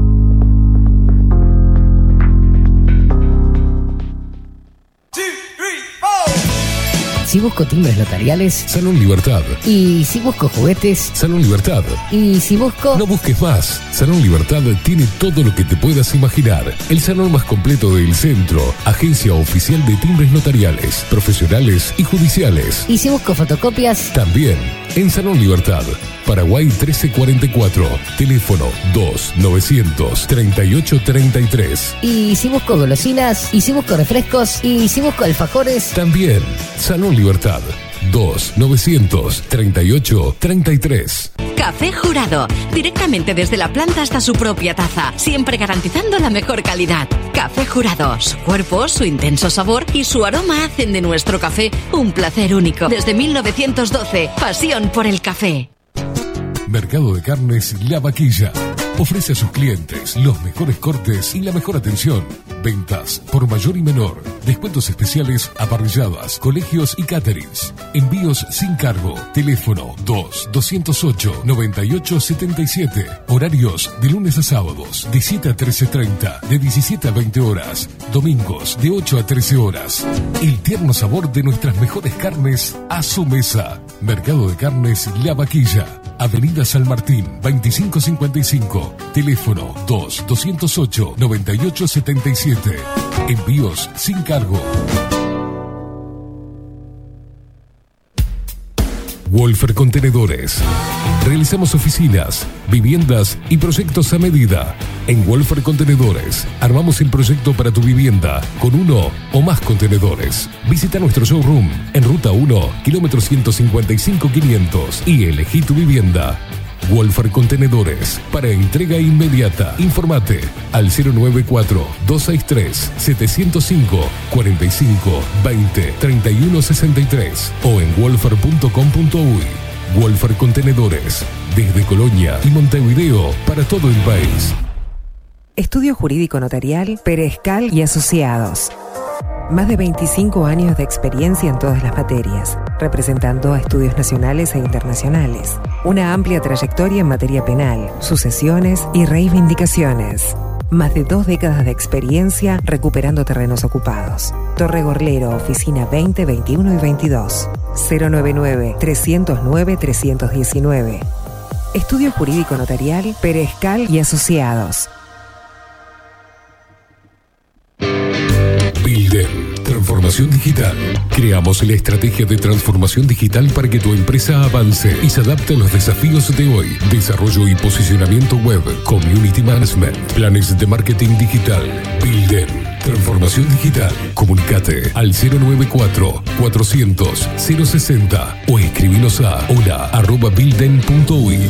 Si busco timbres notariales, Salón Libertad. y si busco juguetes, Salón Libertad. y si busco... No busques más. Salón Libertad tiene todo lo que te puedas imaginar. El salón más completo del centro. Agencia oficial de timbres notariales, profesionales y judiciales. Y si busco fotocopias, También en Salón Libertad. Paraguay trece cuarenta y cuatro. Teléfono dos novecientos treinta y ocho treinta y tres. y si busco golosinas, y si busco refrescos, y si busco alfajores... También Salón Libertad. dos novecientos treinta y ocho treinta y tres. Café Jurado, directamente desde la planta hasta su propia taza, siempre garantizando la mejor calidad. Café Jurado, su cuerpo, su intenso sabor y su aroma hacen de nuestro café un placer único. Desde mil novecientos doce, pasión por el café. Mercado de Carnes La Vaquilla. Ofrece a sus clientes los mejores cortes y la mejor atención. Ventas por mayor y menor. Descuentos especiales a parrilladas, colegios y caterings. Envíos sin cargo. Teléfono dos doscientos ocho noventa y ocho setenta y siete. Horarios de lunes a sábados de siete a trece treinta, de diecisiete a veinte horas. Domingos de ocho a trece horas. El tierno sabor de nuestras mejores carnes a su mesa. Mercado de Carnes La Vaquilla. Avenida San Martín, veinticinco cincuenta y cinco. Teléfono dos doscientos ocho noventa y ocho setenta y siete. Envíos sin cargo. Wolfer Contenedores. Realizamos oficinas, viviendas y proyectos a medida. En Wolfer Contenedores armamos el proyecto para tu vivienda con uno o más contenedores. Visita nuestro showroom en Ruta uno, kilómetro ciento cincuenta y cinco quinientos y elegí tu vivienda. Wolfer Contenedores, para entrega inmediata. Informate al cero nueve cuatro, dos seis tres, siete cero cinco, cuatro cinco, veinte, treinta y uno sesenta y tres o en wolfer punto com punto uy. Wolfer Contenedores, desde Colonia y Montevideo para todo el país. Estudio Jurídico Notarial, Perezcal y Asociados. Más de veinticinco años de experiencia en todas las materias, representando a estudios nacionales e internacionales. Una amplia trayectoria en materia penal, sucesiones y reivindicaciones. Más de dos décadas de experiencia recuperando terrenos ocupados. Torre Gorlero, oficina veinte, veintiuno y veintidós. cero noventa y nueve, trescientos nueve, trescientos diecinueve. Estudio Jurídico Notarial, Perezcal y Asociados. Builden, transformación digital. Creamos la estrategia de transformación digital para que tu empresa avance y se adapte a los desafíos de hoy. Desarrollo y posicionamiento web, community management, planes de marketing digital. Builden, transformación digital. Comunicate al cero nueve cuatro, cuatrocientos, cero sesenta o escribinos a hola arroba builden punto uy.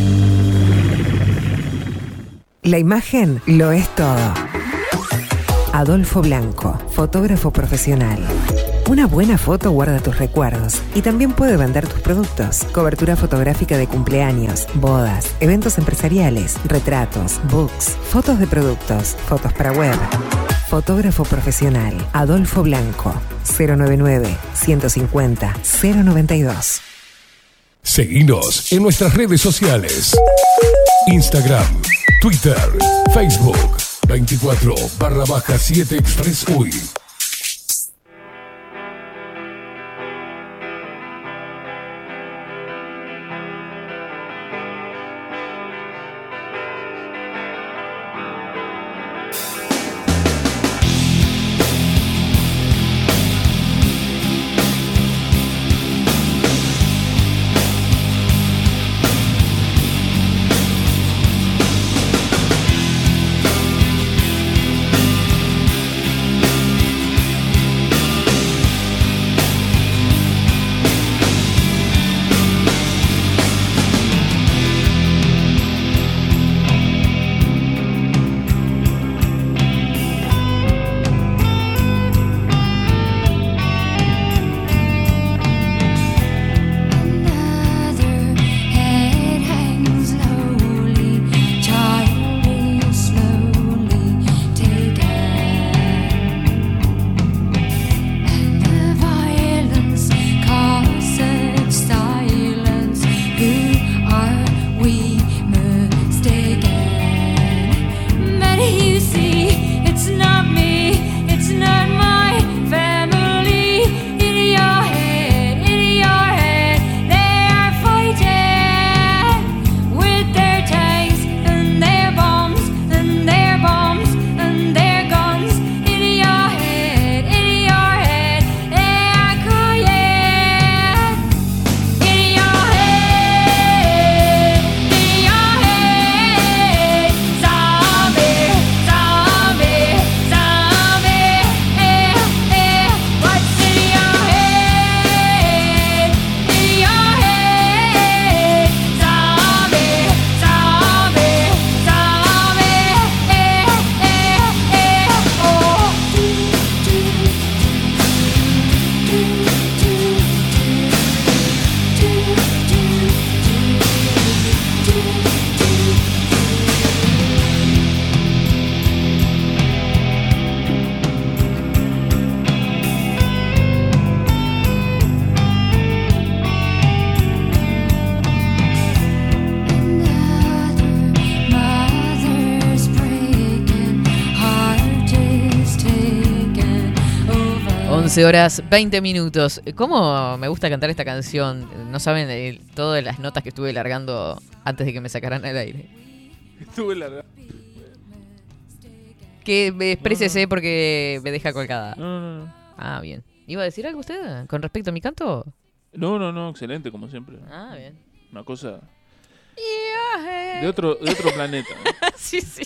La imagen lo es todo. Adolfo Blanco, fotógrafo profesional. Una buena foto guarda tus recuerdos y también puede vender tus productos. Cobertura fotográfica de cumpleaños, bodas, eventos empresariales, retratos, books, fotos de productos, fotos para web. Fotógrafo profesional, Adolfo Blanco, cero noventa y nueve, ciento cincuenta, cero noventa y dos. Seguinos en nuestras redes sociales. Instagram, Twitter, Facebook. veinticuatro barra baja siete Express Uy. once horas, veinte minutos. ¿Cómo me gusta cantar esta canción? No saben eh, todas las notas que estuve largando antes de que me sacaran al aire. Estuve largando. Que me exprésese porque me deja colgada. No, no, no. Ah, bien. ¿Iba a decir algo usted con respecto a mi canto? No, no, no, excelente, como siempre. Ah, bien. Una cosa de otro, de otro planeta. Sí, sí.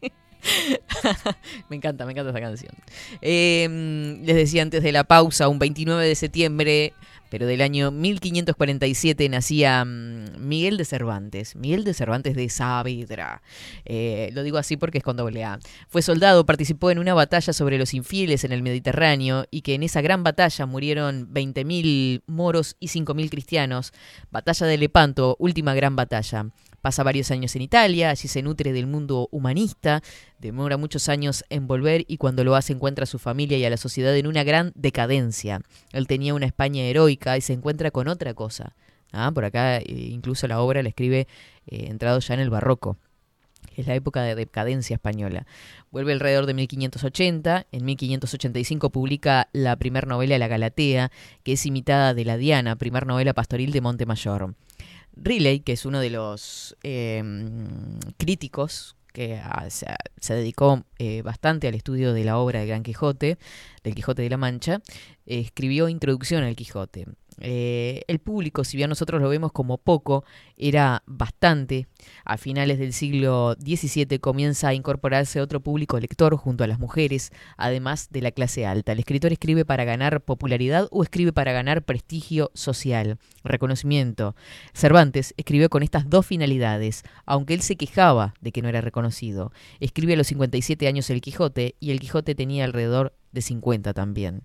Me encanta, me encanta esta canción. Eh, les decía antes de la pausa, un veintinueve de septiembre, pero del año mil quinientos cuarenta y siete, nacía um, Miguel de Cervantes. Miguel de Cervantes de Saavedra. Eh, lo digo así porque es con doble A. Fue soldado, participó en una batalla sobre los infieles en el Mediterráneo y que en esa gran batalla murieron veinte mil moros y cinco mil cristianos. Batalla de Lepanto, última gran batalla. Pasa varios años en Italia, allí se nutre del mundo humanista, demora muchos años en volver y cuando lo hace encuentra a su familia y a la sociedad en una gran decadencia. Él tenía una España heroica y se encuentra con otra cosa. Ah, por acá eh, incluso la obra la escribe eh, entrado ya en el barroco. Es la época de decadencia española. Vuelve alrededor de mil quinientos ochenta. En mil quinientos ochenta y cinco publica la primer novela La Galatea, que es imitada de La Diana, primer novela pastoril de Montemayor. Riley, que es uno de los eh, críticos que a, se, se dedicó eh, bastante al estudio de la obra de Gran Quijote, del Quijote de la Mancha, eh, escribió Introducción al Quijote. Eh, el público, si bien nosotros lo vemos como poco, era bastante. A finales del siglo diecisiete comienza a incorporarse otro público lector junto a las mujeres, además de la clase alta. El escritor escribe para ganar popularidad o escribe para ganar prestigio social, reconocimiento. Cervantes escribió con estas dos finalidades, aunque él se quejaba de que no era reconocido. Escribe a los cincuenta y siete años El Quijote y El Quijote tenía alrededor de cincuenta también.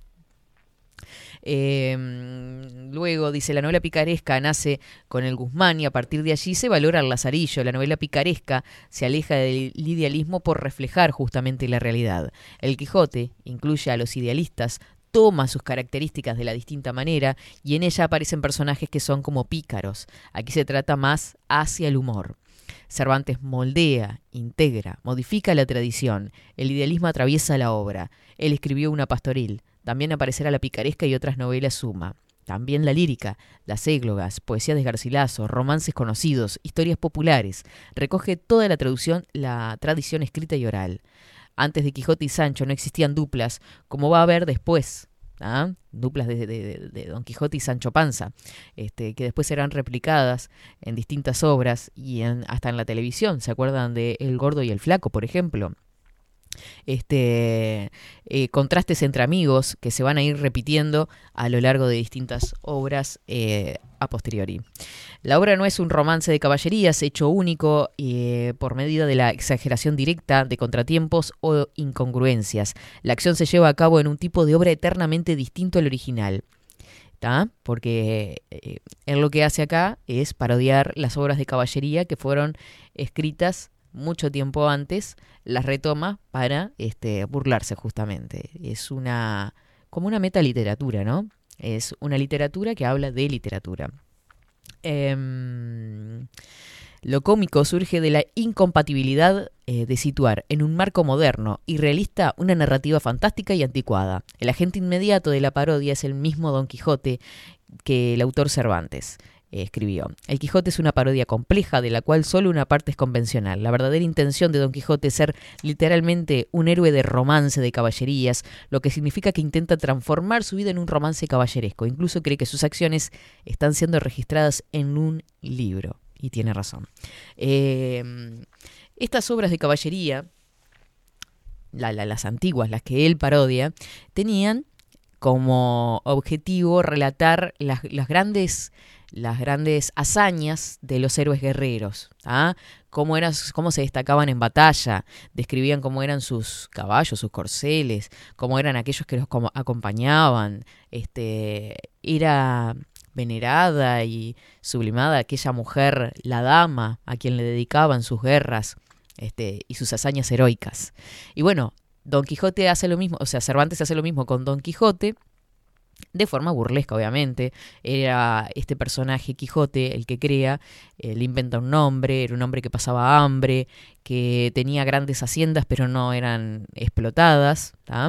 Eh, luego dice, la novela picaresca nace con el Guzmán y a partir de allí se valora el Lazarillo. La novela picaresca se aleja del idealismo por reflejar justamente la realidad. El Quijote incluye a los idealistas, toma sus características de la distinta manera y en ella aparecen personajes que son como pícaros. Aquí se trata más hacia el humor. Cervantes moldea, integra, modifica la tradición. El idealismo atraviesa la obra. Él escribió una pastoril. También aparecerá la picaresca y otras novelas suma. También la lírica, las églogas, poesía de Garcilaso, romances conocidos, historias populares. Recoge toda la traducción, la tradición escrita y oral. Antes de Quijote y Sancho no existían duplas, como va a haber después. ¿Ah? Duplas de, de, de, de Don Quijote y Sancho Panza, este, que después serán replicadas en distintas obras y en, hasta en la televisión. ¿Se acuerdan de El Gordo y el Flaco, por ejemplo? Este, eh, contrastes entre amigos que se van a ir repitiendo a lo largo de distintas obras eh, a posteriori. La obra no es un romance de caballerías hecho único eh, por medida de la exageración directa de contratiempos o incongruencias. La acción se lleva a cabo en un tipo de obra eternamente distinto al original. ¿Tá? Porque eh, él lo que hace acá es parodiar las obras de caballería que fueron escritas mucho tiempo antes, las retoma para este, burlarse justamente. Es una como una metaliteratura, ¿no? Es una literatura que habla de literatura. Eh, lo cómico surge de la incompatibilidad eh, de situar en un marco moderno y realista una narrativa fantástica y anticuada. El agente inmediato de la parodia es el mismo Don Quijote que el autor Cervantes escribió. El Quijote es una parodia compleja de la cual solo una parte es convencional. La verdadera intención de Don Quijote es ser literalmente un héroe de romance de caballerías, lo que significa que intenta transformar su vida en un romance caballeresco. Incluso cree que sus acciones están siendo registradas en un libro. Y tiene razón. Eh, estas obras de caballería, la, la, las antiguas, las que él parodia, tenían como objetivo relatar las, las grandes las grandes hazañas de los héroes guerreros, ¿ah? Cómo, eran, cómo se destacaban en batalla, describían cómo eran sus caballos, sus corceles, cómo eran aquellos que los acompañaban. Este, era venerada y sublimada aquella mujer, la dama, a quien le dedicaban sus guerras este, y sus hazañas heroicas. Y bueno, Don Quijote hace lo mismo, o sea, Cervantes hace lo mismo con Don Quijote, de forma burlesca, obviamente. Era este personaje Quijote el que crea, eh, le inventa un nombre, era un hombre que pasaba hambre, que tenía grandes haciendas pero no eran explotadas, ¿tá?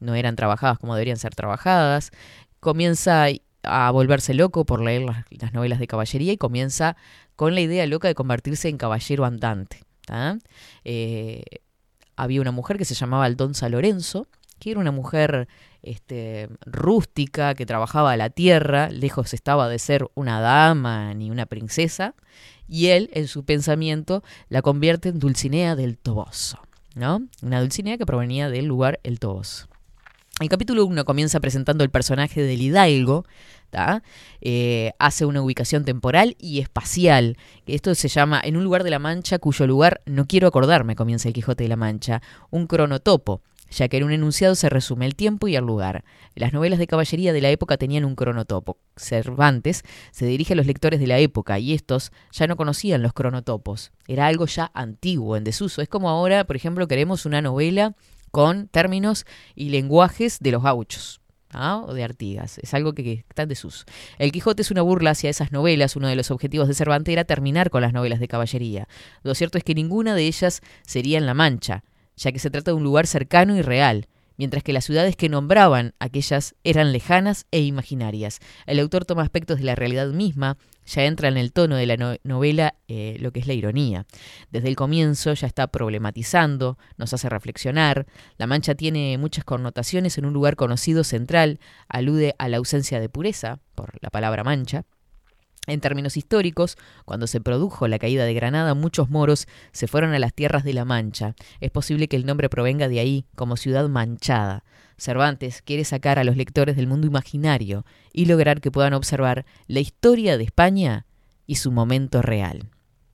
no eran trabajadas como deberían ser trabajadas. Comienza a volverse loco por leer las, las novelas de caballería y comienza con la idea loca de convertirse en caballero andante. ¿tá? Eh, había una mujer que se llamaba Aldonza Lorenzo, que era una mujer este, rústica, que trabajaba la tierra, lejos estaba de ser una dama ni una princesa, y él, en su pensamiento, la convierte en Dulcinea del Toboso, ¿no? Una Dulcinea que provenía del lugar El Toboso. El capítulo uno comienza presentando el personaje del hidalgo, eh, hace una ubicación temporal y espacial. Esto se llama En un lugar de la Mancha cuyo lugar no quiero acordarme, comienza el Quijote de la Mancha, un cronotopo, ya que en un enunciado se resume el tiempo y el lugar. Las novelas de caballería de la época tenían un cronotopo. Cervantes se dirige a los lectores de la época y estos ya no conocían los cronotopos. Era algo ya antiguo, en desuso. Es como ahora, por ejemplo, queremos una novela con términos y lenguajes de los gauchos, ¿ah? o de Artigas. Es algo que, que está en desuso. El Quijote es una burla hacia esas novelas. Uno de los objetivos de Cervantes era terminar con las novelas de caballería. Lo cierto es que ninguna de ellas sería en La Mancha, ya que se trata de un lugar cercano y real, mientras que las ciudades que nombraban aquellas eran lejanas e imaginarias. El autor toma aspectos de la realidad misma, ya entra en el tono de la no- novela eh, lo que es la ironía. Desde el comienzo ya está problematizando, nos hace reflexionar. La Mancha tiene muchas connotaciones en un lugar conocido central, alude a la ausencia de pureza, por la palabra mancha. En términos históricos, cuando se produjo la caída de Granada, muchos moros se fueron a las tierras de la Mancha. Es posible que el nombre provenga de ahí, como ciudad manchada. Cervantes quiere sacar a los lectores del mundo imaginario y lograr que puedan observar la historia de España y su momento real.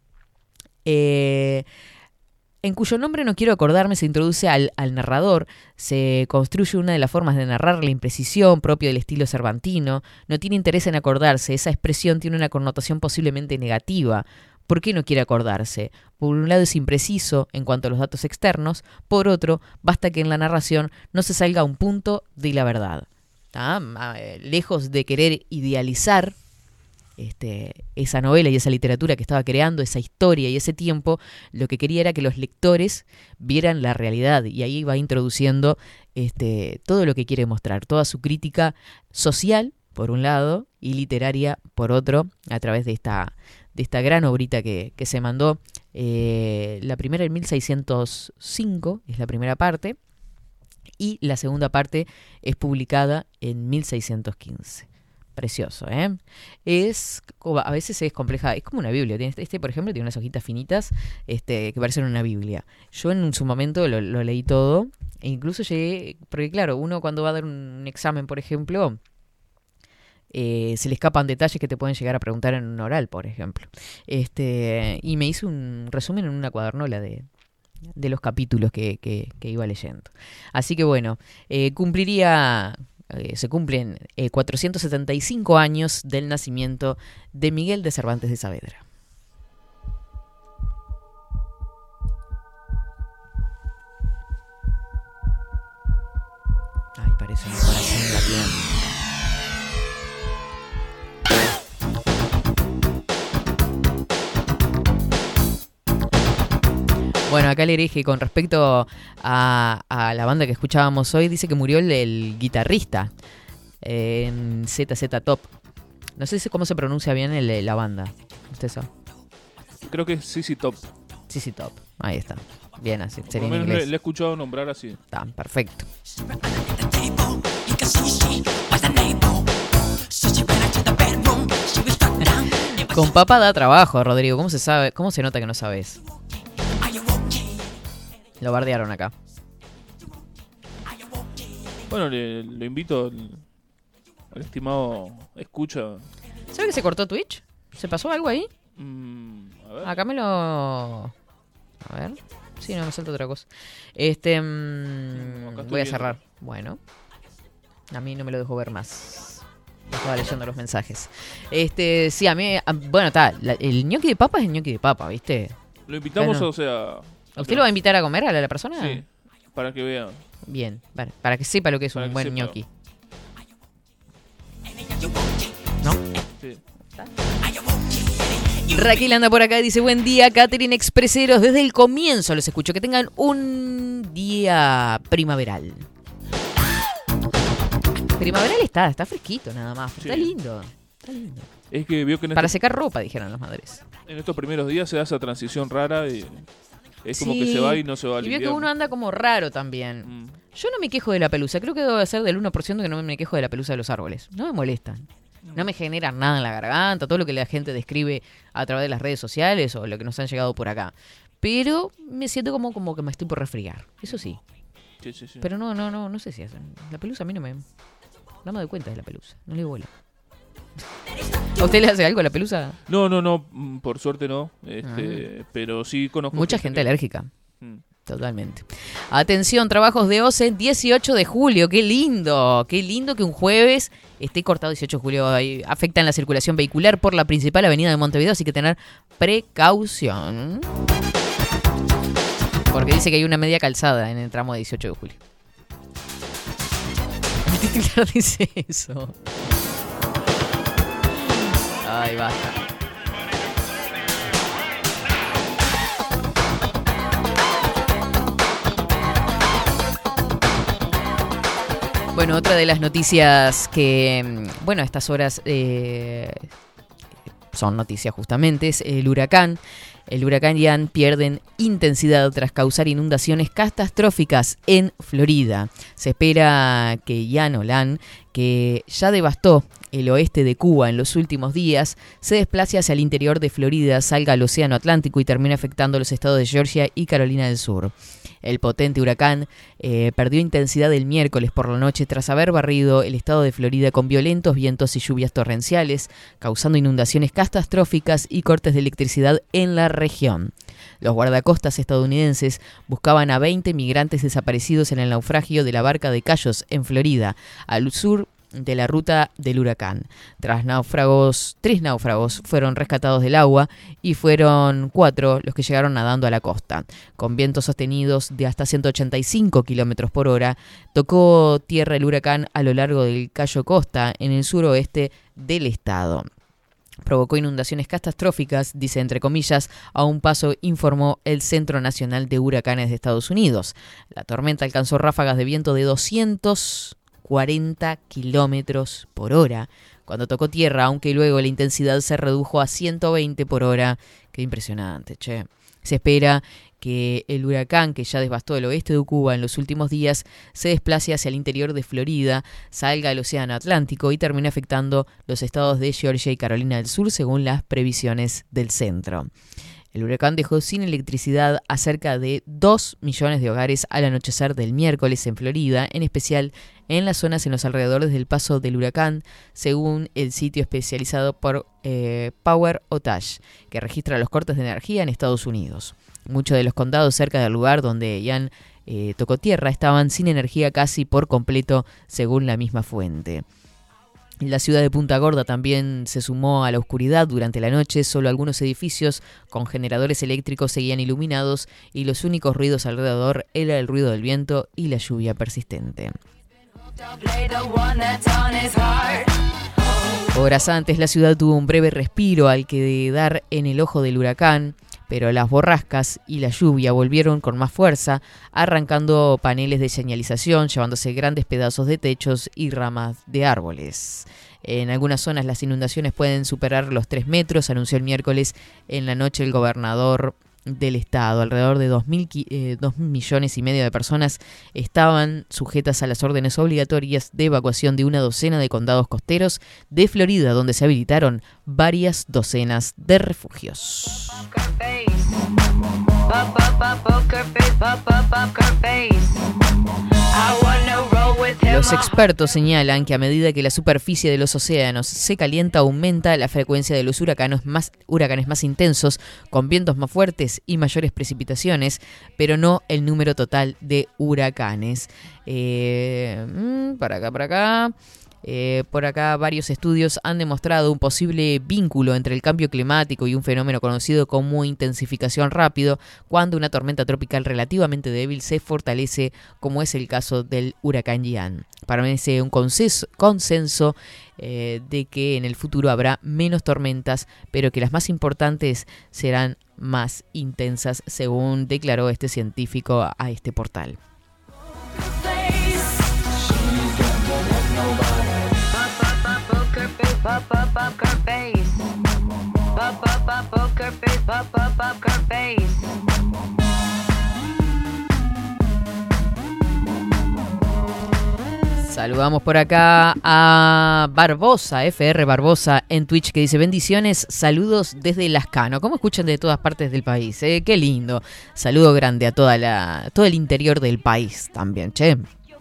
Eh... En cuyo nombre no quiero acordarme, se introduce al, al narrador, se construye una de las formas de narrar la imprecisión propio del estilo cervantino, no tiene interés en acordarse, esa expresión tiene una connotación posiblemente negativa. ¿Por qué no quiere acordarse? Por un lado es impreciso en cuanto a los datos externos, por otro, basta que en la narración no se salga a un punto de la verdad. ¿Ah? Lejos de querer idealizar Este, esa novela y esa literatura que estaba creando, esa historia y ese tiempo, lo que quería era que los lectores vieran la realidad, y ahí va introduciendo este, todo lo que quiere mostrar, toda su crítica social, por un lado, y literaria, por otro, a través de esta, de esta gran obrita que, que se mandó. Eh, la primera en mil seiscientos cinco es la primera parte, y la segunda parte es publicada en mil seiscientos quince. Precioso, ¿eh? Es, a veces es compleja, es como una Biblia. Este, este, por ejemplo, tiene unas hojitas finitas este, que parecen una Biblia. Yo en su momento lo, lo leí todo, e incluso llegué, porque claro, uno cuando va a dar un examen, por ejemplo, eh, se le escapan detalles que te pueden llegar a preguntar en un oral, por ejemplo. Este, y me hice un resumen en una cuadernola de, de los capítulos que, que, que iba leyendo. Así que bueno, eh, cumpliría... Eh, se cumplen eh, cuatrocientos setenta y cinco años del nacimiento de Miguel de Cervantes de Saavedra. Ay, parece un corazón latiendo. Bueno, acá el hereje, con respecto a, a la banda que escuchábamos hoy, dice que murió el, el guitarrista eh, en Z Z Top. No sé si cómo se pronuncia bien el, la banda. ¿Usted sabe? Creo que es Z Z Top. Z Z Top, ahí está. Bien, así. Por Sería lo en menos inglés. le, le he escuchado nombrar así. Está, perfecto. Con papá da trabajo, Rodrigo. ¿Cómo se sabe? ¿Cómo se nota que no sabes? Lo bardearon acá. Bueno, le, le invito al, al estimado escucha. ¿Sabe que se cortó Twitch? ¿Se pasó algo ahí? Mm, a ver. Acá me lo... A ver. Sí, no, me salta otra cosa. Este... mmm, Acá estoy voy a viendo. cerrar. Bueno. A mí no me lo dejó ver más. Estaba leyendo los mensajes. Este, sí, a mí... a- bueno, está. la- El ñoqui de papa es el ñoqui de papa, ¿viste? Lo invitamos, Bueno. o sea... ¿A ¿Usted lo va a invitar a comer a la, la persona? Sí, para que vean. Bien, para, para que sepa lo que es Para un que buen sepa. ñoqui. ¿No? Sí. Raquel anda por acá y dice: buen día, Catherine Expreseros. Desde el comienzo los escucho. Que tengan un día primaveral. Primaveral está, está fresquito nada más. Sí. Está lindo. Está lindo. Es que vio que en, Para este- secar ropa, dijeron las madres. en estos primeros días se da esa transición rara y es como Sí. que se va y no se va al Y vio que invierno. uno anda como raro también. Mm. Yo no me quejo de la pelusa. Creo que debo ser del uno por ciento que no me quejo de la pelusa de los árboles. No me molestan. No me generan nada en la garganta. Todo lo que la gente describe a través de las redes sociales o lo que nos han llegado por acá. Pero me siento como, como que me estoy por resfriar. Eso sí. Sí, sí, sí. Pero no, no, no, no sé si hacen. La pelusa a mí no me... No me doy cuenta de la pelusa. No le vuela. ¿A usted le hace algo a la pelusa? No, no, no, mm, por suerte no. Este, Pero sí conozco. Mucha gente que- alérgica. Mm. Totalmente. Atención, trabajos de O C E, dieciocho de julio. Qué lindo. Qué lindo que un jueves esté cortado dieciocho de julio. Ahí afectan la circulación vehicular por la principal avenida de Montevideo, así que tener precaución. Porque dice que hay una media calzada en el tramo de dieciocho de julio. ¿Qué titular dice eso? Ay, basta. Bueno, otra de las noticias que, bueno, a estas horas eh, son noticias justamente, es el huracán. El huracán Ian pierde intensidad tras causar inundaciones catastróficas en Florida. Se espera que Ian o Lan, que ya devastó el oeste de Cuba en los últimos días, se desplace hacia el interior de Florida, salga al Océano Atlántico y termine afectando los estados de Georgia y Carolina del Sur. El potente huracán eh, perdió intensidad el miércoles por la noche tras haber barrido el estado de Florida con violentos vientos y lluvias torrenciales, causando inundaciones catastróficas y cortes de electricidad en la región. Los guardacostas estadounidenses buscaban a veinte migrantes desaparecidos en el naufragio de la barca de Cayos, en Florida, al sur de la ruta del huracán. Tras náufragos, tres náufragos fueron rescatados del agua y fueron cuatro los que llegaron nadando a la costa. Con vientos sostenidos de hasta ciento ochenta y cinco kilómetros por hora, tocó tierra el huracán a lo largo del Cayo Costa, en el suroeste del estado. Provocó inundaciones catastróficas, dice entre comillas, a un paso, informó el Centro Nacional de Huracanes de Estados Unidos. La tormenta alcanzó ráfagas de viento de doscientos cuarenta kilómetros por hora cuando tocó tierra, aunque luego la intensidad se redujo a ciento veinte por hora. Qué impresionante, che. Se espera que el huracán, que ya devastó el oeste de Cuba en los últimos días, se desplace hacia el interior de Florida, salga al Océano Atlántico y termine afectando los estados de Georgia y Carolina del Sur, según las previsiones del centro. El huracán dejó sin electricidad a cerca de dos millones de hogares al anochecer del miércoles en Florida, en especial en las zonas en los alrededores del paso del huracán, según el sitio especializado por eh, Power Outage, que registra los cortes de energía en Estados Unidos. Muchos de los condados cerca del lugar donde Ian eh, tocó tierra estaban sin energía casi por completo, según la misma fuente. La ciudad de Punta Gorda también se sumó a la oscuridad durante la noche. Solo algunos edificios con generadores eléctricos seguían iluminados y los únicos ruidos alrededor era el ruido del viento y la lluvia persistente. Horas antes, la ciudad tuvo un breve respiro al que dar en el ojo del huracán, pero las borrascas y la lluvia volvieron con más fuerza, arrancando paneles de señalización, llevándose grandes pedazos de techos y ramas de árboles. En algunas zonas las inundaciones pueden superar los tres metros, anunció el miércoles en la noche el gobernador del estado. Alrededor de dos mil, eh, dos millones y medio de personas estaban sujetas a las órdenes obligatorias de evacuación de una docena de condados costeros de Florida, donde se habilitaron varias docenas de refugios. Los expertos señalan que a medida que la superficie de los océanos se calienta, aumenta la frecuencia de los huracanes más, huracanes más intensos, con vientos más fuertes y mayores precipitaciones, pero no el número total de huracanes. Eh, para acá, para acá... Eh, por acá varios estudios han demostrado un posible vínculo entre el cambio climático y un fenómeno conocido como intensificación rápido, cuando una tormenta tropical relativamente débil se fortalece, como es el caso del huracán Ian. Parece un consenso, consenso eh, de que en el futuro habrá menos tormentas, pero que las más importantes serán más intensas, según declaró este científico a este portal. Nobody poker face. Pop, pop, pop, poker face. Pop, pop, poker face. Saludamos por acá a Barbosa, F R Barbosa en Twitch, que dice bendiciones, saludos desde Lascano. ¿Cómo escuchan de todas partes del país? Eh? Qué lindo. Saludo grande a toda la, todo el interior del país también, che.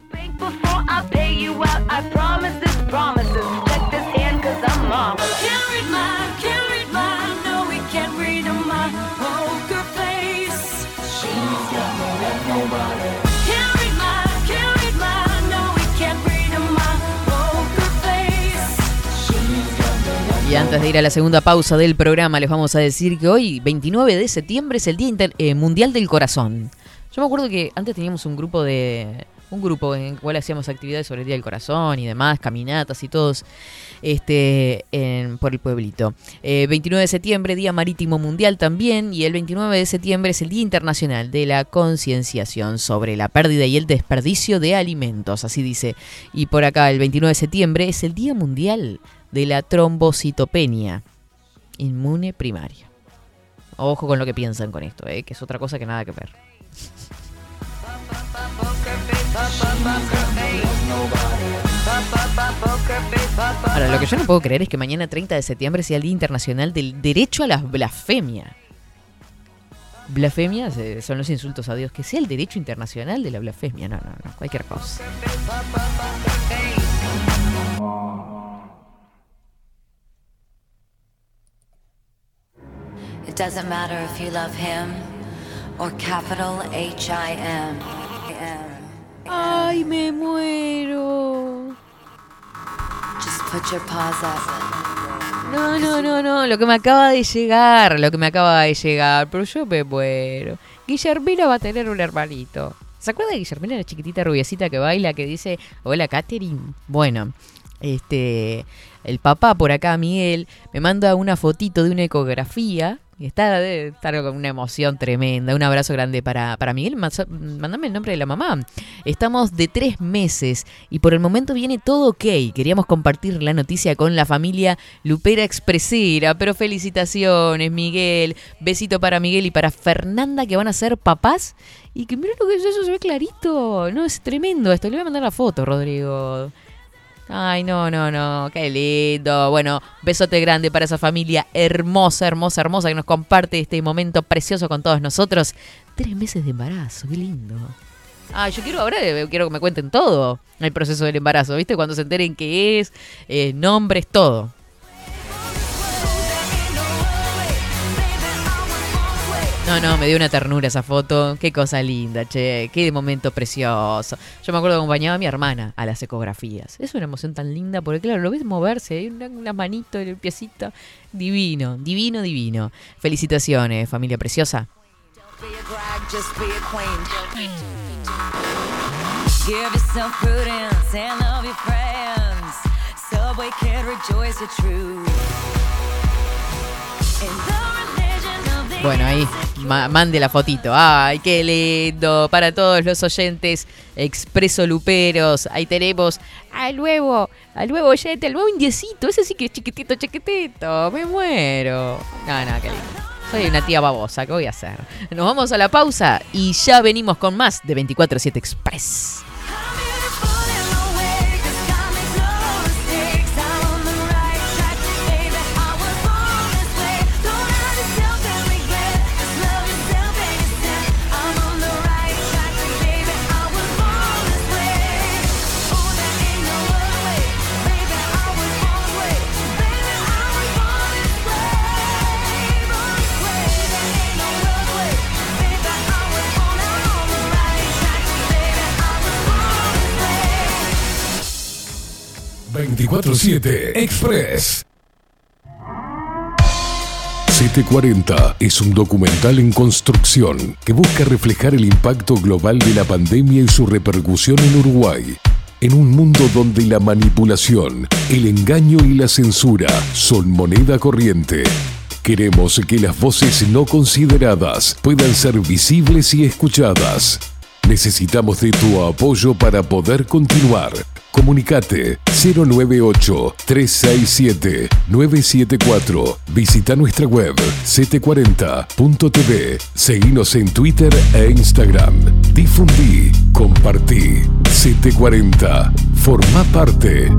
Y antes de ir a la segunda pausa del programa, les vamos a decir que hoy, veintinueve de septiembre, es el Día Inter- eh, Mundial del Corazón. Yo me acuerdo que antes teníamos un grupo de un grupo en el cual hacíamos actividades sobre el Día del Corazón y demás, caminatas y todos este, en, por el pueblito. Eh, veintinueve de septiembre, Día Marítimo Mundial también, y el veintinueve de septiembre es el Día Internacional de la Concienciación sobre la pérdida y el desperdicio de alimentos, así dice. Y por acá, el veintinueve de septiembre es el Día Mundial de la trombocitopenia inmune primaria. Ojo con lo que piensan con esto, ¿eh? Que es otra cosa que nada que ver. Ahora, lo que yo no puedo creer es que mañana treinta de septiembre sea el Día Internacional del Derecho a la Blasfemia. Blasfemia son los insultos a Dios. Que sea el Derecho Internacional de la Blasfemia. No, no, no, cualquier cosa. It doesn't matter if you love him or capital H I M. Ay, me muero. Just put your paws up. No, no, no, no. Lo que me acaba de llegar. Lo que me acaba de llegar. Pero yo me muero. Guillermina va a tener un hermanito. ¿Se acuerda de Guillermina, la chiquitita rubiecita que baila, que dice, hola, Catherine? Bueno, este, el papá por acá, Miguel, me manda una fotito de una ecografía. Está de estar con una emoción tremenda. Un abrazo grande para, para Miguel. Mándame el nombre de la mamá. Estamos de tres meses y por el momento viene todo ok. Queríamos compartir la noticia con la familia Lupera Expresera. Pero felicitaciones, Miguel. Besito para Miguel y para Fernanda, que van a ser papás. Y que mira lo que es eso, se ve clarito. No, es tremendo esto. Le voy a mandar la foto, Rodrigo. Ay, no, no, no, qué lindo. Bueno, besote grande para esa familia hermosa, hermosa, hermosa que nos comparte este momento precioso con todos nosotros. Tres meses de embarazo, qué lindo. Ah, yo quiero ahora, quiero que me cuenten todo el proceso del embarazo, ¿viste? Cuando se enteren qué es, eh, nombres, todo. No, no, me dio una ternura esa foto. Qué cosa linda, che. Qué momento precioso. Yo me acuerdo que acompañaba a mi hermana a las ecografías. Es una emoción tan linda porque, claro, lo ves moverse. Hay una, una manito en el piecito. Divino, divino, divino. Felicitaciones, familia preciosa. Bueno, ahí, ma- mande la fotito. Ay, qué lindo. Para todos los oyentes Expreso Luperos. Ahí tenemos al nuevo, al nuevo oyente, al nuevo indiecito. Ese sí que es chiquitito, chiquitito. Me muero. No, no, qué lindo. Soy una tía babosa, ¿qué voy a hacer? Nos vamos a la pausa y ya venimos con más de veinticuatro siete Express. veinticuatro siete Express. setecientos cuarenta es un documental en construcción que busca reflejar el impacto global de la pandemia y su repercusión en Uruguay. En un mundo donde la manipulación, el engaño y la censura son moneda corriente, queremos que las voces no consideradas puedan ser visibles y escuchadas. Necesitamos de tu apoyo para poder continuar. Comunicate cero nueve ocho, tres seis siete, nueve siete cuatro. Visita nuestra web setecientos cuarenta punto t v. Seguinos en Twitter e Instagram. Difundí, compartí. setecientos cuarenta. Forma parte.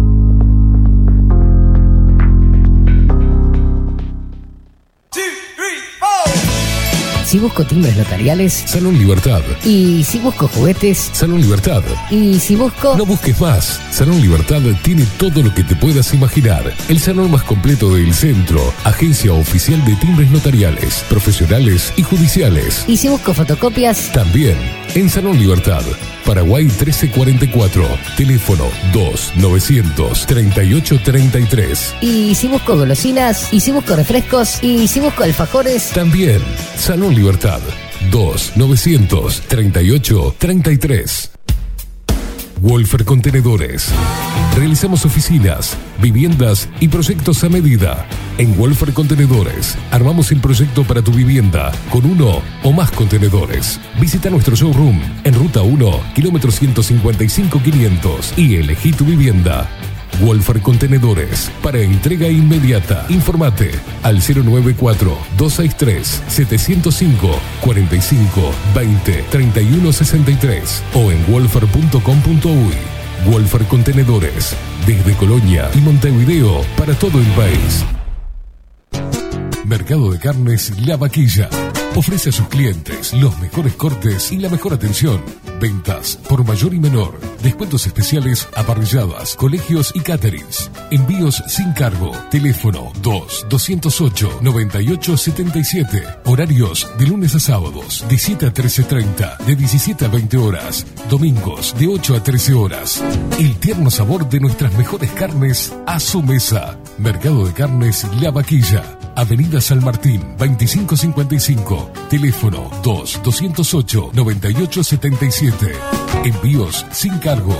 Si busco timbres notariales. Salón Libertad. Y si busco juguetes. Salón Libertad. Y si busco... No busques más. Salón Libertad tiene todo lo que te puedas imaginar. El salón más completo del centro. Agencia oficial de timbres notariales, profesionales y judiciales. Y si busco fotocopias. También. En Salón Libertad. Paraguay trece cuarenta y cuatro. Teléfono dos novecientos treinta y ocho treinta y tres. Y si busco golosinas. Y si busco refrescos. Y si busco alfajores. También. Salón Libertad. dos novecientos treinta y ocho treinta y tres. Wolfer Contenedores. Realizamos oficinas, viviendas y proyectos a medida. En Wolfer Contenedores armamos el proyecto para tu vivienda con uno o más contenedores. Visita nuestro showroom en Ruta uno, kilómetro ciento cincuenta y cinco quinientos y elegí tu vivienda. Wolfer Contenedores, para entrega inmediata. Informate al cero nueve cuatro, dos seis tres, siete cero cinco, cuatro cinco, veinte, treinta y uno sesenta y tres o en wolfer punto com punto uy. Wolfer Contenedores, desde Colonia y Montevideo para todo el país. Mercado de Carnes La Vaquilla. Ofrece a sus clientes los mejores cortes y la mejor atención. Ventas por mayor y menor. Descuentos especiales a parrilladas, colegios y caterings. Envíos sin cargo. Teléfono dos doscientos ocho, noventa y ocho setenta y siete. Horarios de lunes a sábados de siete a trece treinta, de diecisiete a veinte horas. Domingos de ocho a trece horas. El tierno sabor de nuestras mejores carnes a su mesa. Mercado de Carnes La Vaquilla. Avenida San Martín, veinticinco cincuenta y cinco. Teléfono dos doscientos ocho, noventa y ocho setenta y siete. Envíos sin cargo.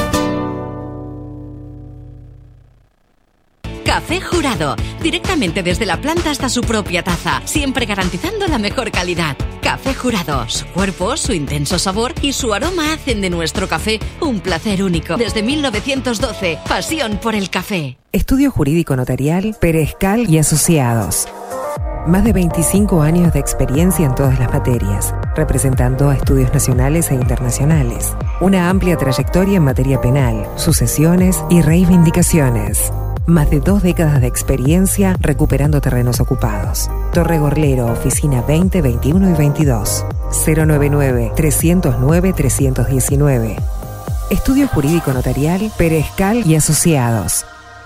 Café Jurado, directamente desde la planta hasta su propia taza, siempre garantizando la mejor calidad. Café Jurado, su cuerpo, su intenso sabor y su aroma hacen de nuestro café un placer único. Desde mil novecientos doce, pasión por el café. Estudio Jurídico Notarial, Perezcal y Asociados. Más de veinticinco años de experiencia en todas las materias, representando a estudios nacionales e internacionales. Una amplia trayectoria en materia penal, sucesiones y reivindicaciones. Más de dos décadas de experiencia recuperando terrenos ocupados. Torre Gorlero, oficina veinte, veintiuno y veintidós. cero noventa y nueve, trescientos nueve, trescientos diecinueve. Estudio Jurídico Notarial, Perezcal y Asociados.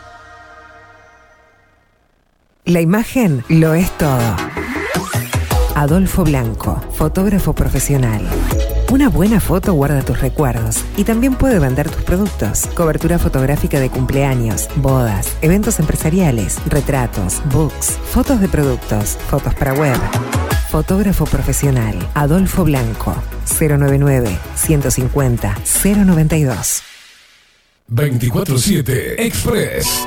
La imagen lo es todo. Adolfo Blanco, fotógrafo profesional. Una buena foto guarda tus recuerdos y también puede vender tus productos. Cobertura fotográfica de cumpleaños, bodas, eventos empresariales, retratos, books, fotos de productos, fotos para web. Fotógrafo profesional, Adolfo Blanco, cero noventa y nueve, ciento cincuenta, cero noventa y dos. veinticuatro siete Express.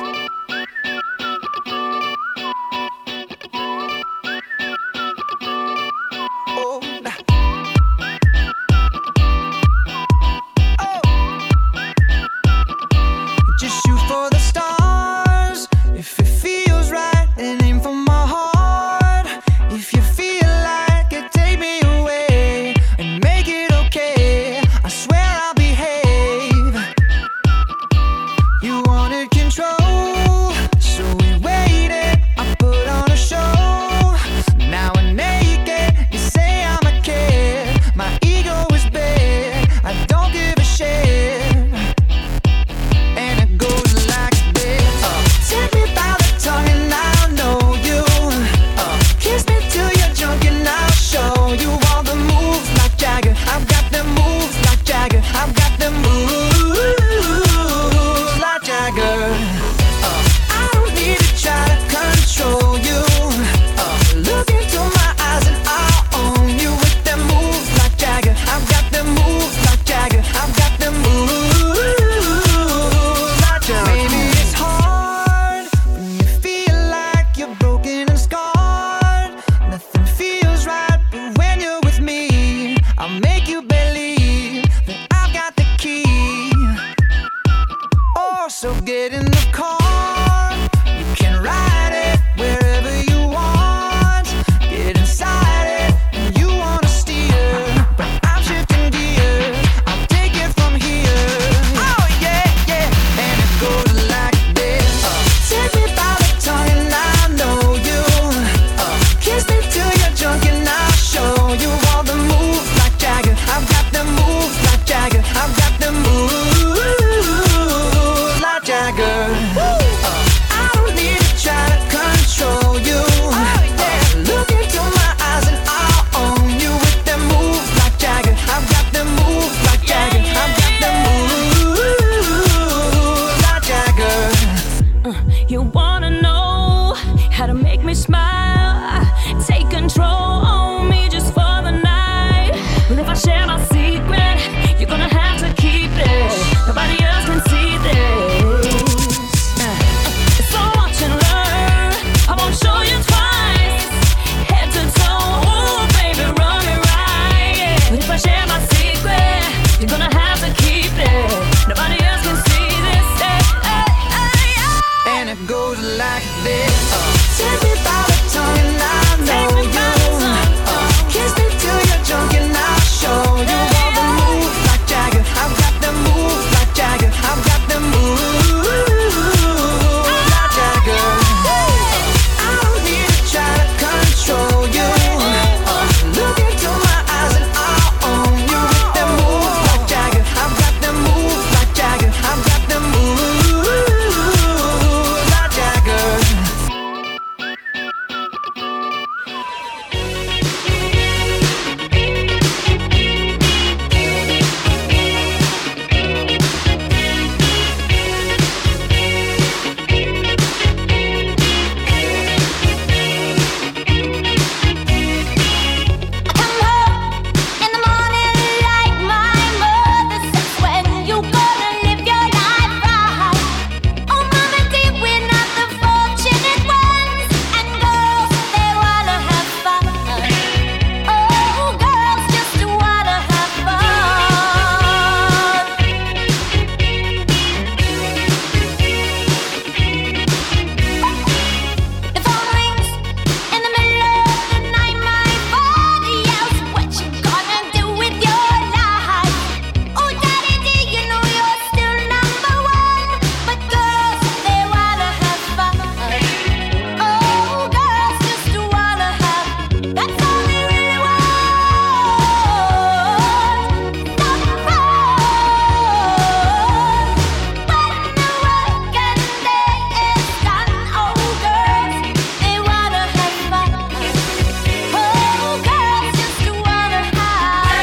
So get in the car, you can ride it wherever you want. Get inside it, and you wanna steer, but I'm shifting gears. I'll take it from here. Oh yeah, yeah, and it goes like this. Uh, take me by the tongue and I know you. Uh, kiss me till you're drunk and I'll show you all the moves like Jagger. I've got the moves like Jagger. I've got the moves like Jagger. Uh, I don't need to try to control you. Oh, yeah. Look into my eyes and I'll own you with them moves like Jagger. I've got them moves like Jagger. I've got them moves like Jagger. Uh, you wanna know how to make me smile? Take control on me just for the night. But if I share my secret, you're gonna have to keep it. Nobody else can see this. Uh, so watch and learn. I won't show you twice. Head to toe, ooh, baby, run it right. But if I share my secret, you're gonna have to keep it. Nobody else can see this. Hey, hey, hey, hey. And it goes like this. Uh, take me by the tongue and I know you. Uh, kiss me till you're drunk and I'll show you all the moves like Jagger. I've got the moves like Jagger. I've got the moves like Jagger. Uh, I don't need to try to control you. Uh, look into my eyes and I'll own you with them moves like Jagger. I've got the moves like Jagger. I've got the moves like Jagger. In the morning, like my mother says, when you gonna live your life right? Oh, mama, dear, we're not the fortunate ones, and girls, they wanna have fun. Oh, girls just wanna have fun. The phone rings in the middle of the night. My body yells, "What you gonna do with your life?" Oh, daddy, do you know you're still number one? But girls, they wanna have fun. Oh, girls just wanna have. That's all they really want. Some fun. When the working day is done, oh, girls, they wanna have fun. Oh, girls just wanna have fun.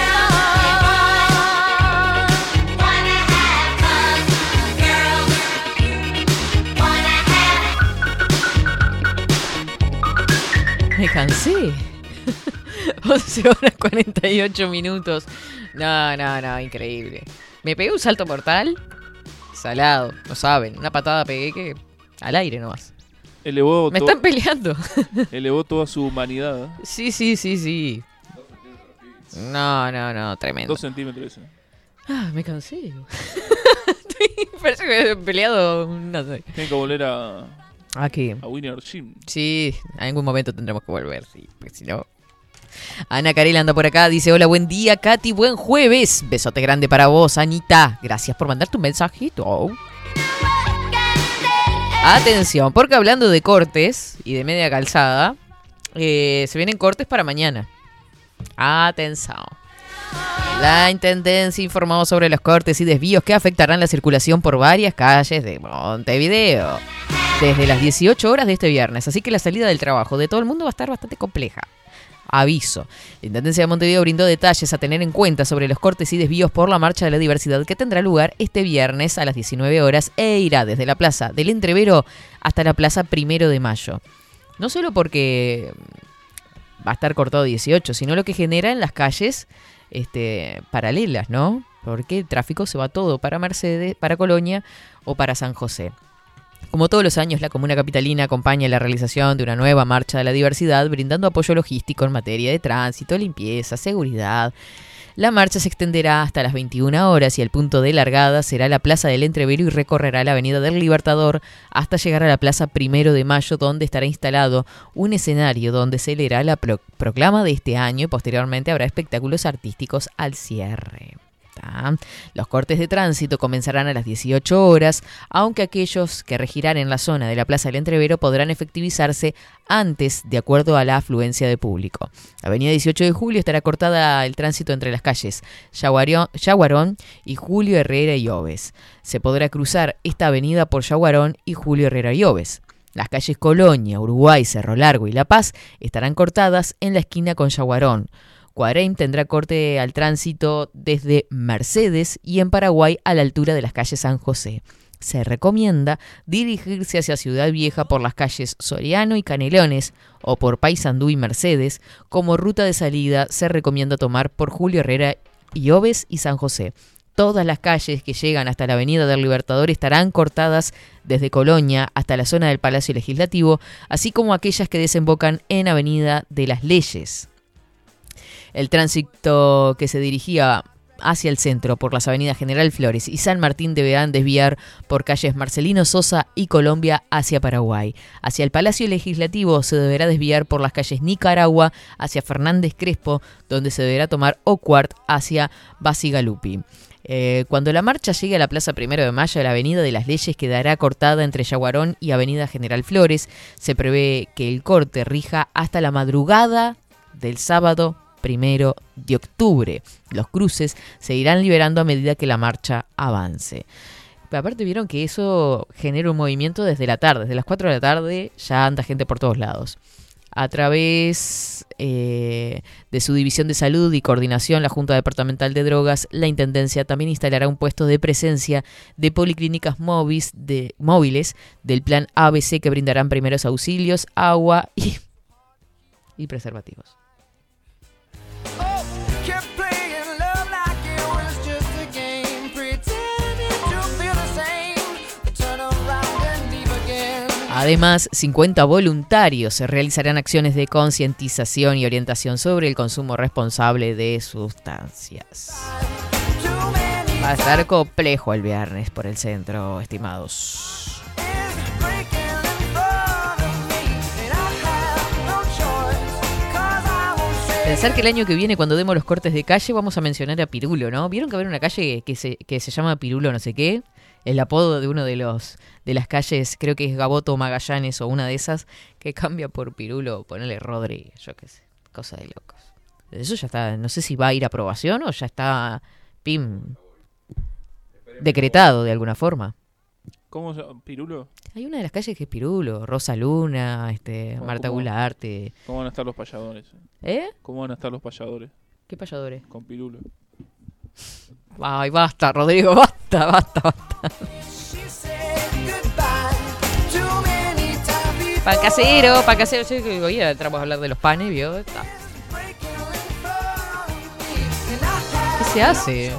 Wanna have fun, girls. Wanna have. Me cansé. once horas cuarenta y ocho minutos. No, no, no, increíble. Me pegué un salto mortal. Salado, no saben. Una patada pegué que al aire nomás. Elevó, Me to- están peleando. elevó toda su humanidad. ¿eh? Sí, sí, sí, sí. No, no, no, tremendo. Dos centímetros ese. Ah, me cansé. Estoy- Parece que he peleado. No sé. Tienen que volver a, Aquí. a Winner Gym. Sí, en algún momento tendremos que volver, sí, porque si no. Ana Carela anda por acá, dice: hola, buen día, Katy, buen jueves. Besote grande para vos, Anita. Gracias por mandar tu mensajito. Atención, porque hablando de cortes y de media calzada, eh, se vienen cortes para mañana. Atención. La Intendencia informó sobre los cortes y desvíos que afectarán la circulación por varias calles de Montevideo desde las dieciocho horas de este viernes, así que la salida del trabajo de todo el mundo va a estar bastante compleja. Aviso. La Intendencia de Montevideo brindó detalles a tener en cuenta sobre los cortes y desvíos por la Marcha de la Diversidad que tendrá lugar este viernes a las diecinueve horas e irá desde la Plaza del Entrevero hasta la Plaza Primero de Mayo. No solo porque va a estar cortado dieciocho, sino lo que genera en las calles este, paralelas, ¿no? Porque el tráfico se va todo para Mercedes, para Colonia o para San José. Como todos los años, la Comuna Capitalina acompaña la realización de una nueva Marcha de la Diversidad, brindando apoyo logístico en materia de tránsito, limpieza, seguridad, La marcha se extenderá hasta las veintiuna horas y el punto de largada será la Plaza del Entrevero y recorrerá la Avenida del Libertador hasta llegar a la Plaza Primero de Mayo, donde estará instalado un escenario donde se leerá la pro- proclama de este año y posteriormente habrá espectáculos artísticos al cierre. ¿Tá? Los cortes de tránsito comenzarán a las dieciocho horas, aunque aquellos que regirán en la zona de la Plaza del Entrevero podrán efectivizarse antes, de acuerdo a la afluencia de público. La avenida dieciocho de julio estará cortada el tránsito entre las calles Yaguarón, Yaguarón y Julio Herrera y Oves. Se podrá cruzar esta avenida por Yaguarón y Julio Herrera y Oves. Las calles Colonia, Uruguay, Cerro Largo y La Paz estarán cortadas en la esquina con Yaguarón. Cuareim tendrá corte al tránsito desde Mercedes y en Paraguay a la altura de las calles San José. Se recomienda dirigirse hacia Ciudad Vieja por las calles Soriano y Canelones o por Paysandú y Mercedes. Como ruta de salida se recomienda tomar por Julio Herrera y Oves y San José. Todas las calles que llegan hasta la Avenida del Libertador estarán cortadas desde Colonia hasta la zona del Palacio Legislativo, así como aquellas que desembocan en Avenida de las Leyes. El tránsito que se dirigía hacia el centro por las avenidas General Flores y San Martín deberán desviar por calles Marcelino Sosa y Colombia hacia Paraguay. Hacia el Palacio Legislativo se deberá desviar por las calles Nicaragua hacia Fernández Crespo, donde se deberá tomar Ocuart hacia Basigalupi. Eh, cuando la marcha llegue a la Plaza Primero de Mayo, la Avenida de las Leyes quedará cortada entre Yaguarón y Avenida General Flores. Se prevé que el corte rija hasta la madrugada del sábado primero de octubre. Los cruces se irán liberando a medida que la marcha avance. Pero aparte vieron que eso genera un movimiento desde la tarde, desde las cuatro de la tarde ya anda gente por todos lados. A través eh, de su división de salud y coordinación, la Junta Departamental de Drogas, la Intendencia también instalará un puesto de presencia de policlínicas móviles, de, móviles del plan A B C que brindarán primeros auxilios, agua y, y preservativos. Kept playing love like it was just a game, pretending to feel the same. Turn around and leave again. Además, cincuenta voluntarios se realizarán acciones de concientización y orientación sobre el consumo responsable de sustancias. Va a estar complejo el viernes por el centro, estimados. Pensar que el año que viene, cuando demos los cortes de calle, vamos a mencionar a Pirulo, ¿no? ¿Vieron que haber una calle que se, que se llama Pirulo no sé qué? El apodo de uno de los de las calles, creo que es Gaboto Magallanes o una de esas, que cambia por Pirulo, ponele Rodri, yo qué sé, cosa de locos. Eso ya está, no sé si va a ir a aprobación o ya está, pim, decretado de alguna forma. ¿Cómo se llama? ¿Pirulo? Hay una de las calles que es Pirulo, Rosa Luna, este, ¿Cómo- Marta cómo- Gularte. ¿Cómo van a estar los payadores? ¿Eh? ¿Cómo van a estar los payadores? ¿Qué payadores? Con Pirulo. Ay, basta, Rodrigo, basta, basta, basta. Pa' casero, pa' casero. Yo que hoy entramos a hablar de los panes, ¿vio? Está. ¿Qué se hace?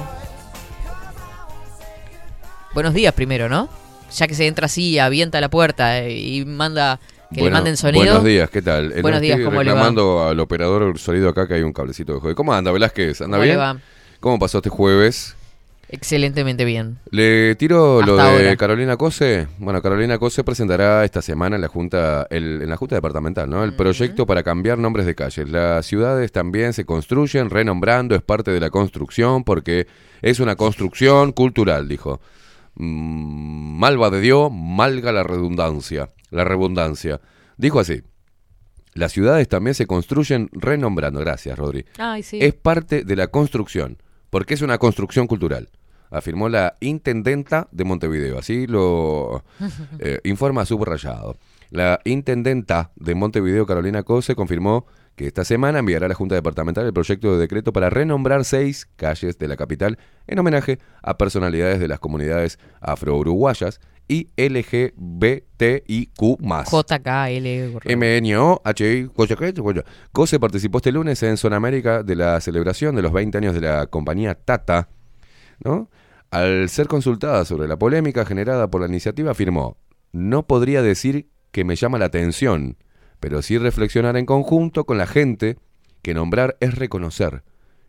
Buenos días primero, ¿no? Ya que se entra así, avienta la puerta eh, y manda que Bueno, le manden sonido. Buenos días, ¿qué tal? Eh, Buenos no, días, estoy ¿cómo le va? reclamando al operador sonido acá que hay un cablecito de jueves. ¿Cómo anda, Velázquez? ¿Anda ¿Cómo bien? le va? ¿Cómo pasó este jueves? Excelentemente bien. Le tiro lo Hasta de ahora. Carolina Cose. Bueno, Carolina Cose presentará esta semana en la Junta, el- en la Junta Departamental, ¿no? El proyecto para cambiar nombres de calles. Las ciudades también se construyen, renombrando, es parte de la construcción, porque es una construcción cultural, dijo. Mm, malva de Dios, malga la redundancia, la redundancia. Dijo así. Las ciudades también se construyen renombrando. Gracias, Rodri. Ay, sí. Es parte de la construcción, porque es una construcción cultural, afirmó la intendenta de Montevideo. Así lo eh, informa Subrayado. La intendenta de Montevideo, Carolina Cose, confirmó que esta semana enviará a la Junta Departamental el proyecto de decreto para renombrar seis calles de la capital en homenaje a personalidades de las comunidades afro-uruguayas y L G B T I Q más. J K L. M N O H I Cose participó este lunes en Zona América de la celebración de los veinte años de la compañía Tata, ¿no? Al ser consultada sobre la polémica generada por la iniciativa, afirmó: no podría decir que me llama la atención, pero sí reflexionar en conjunto con la gente que nombrar es reconocer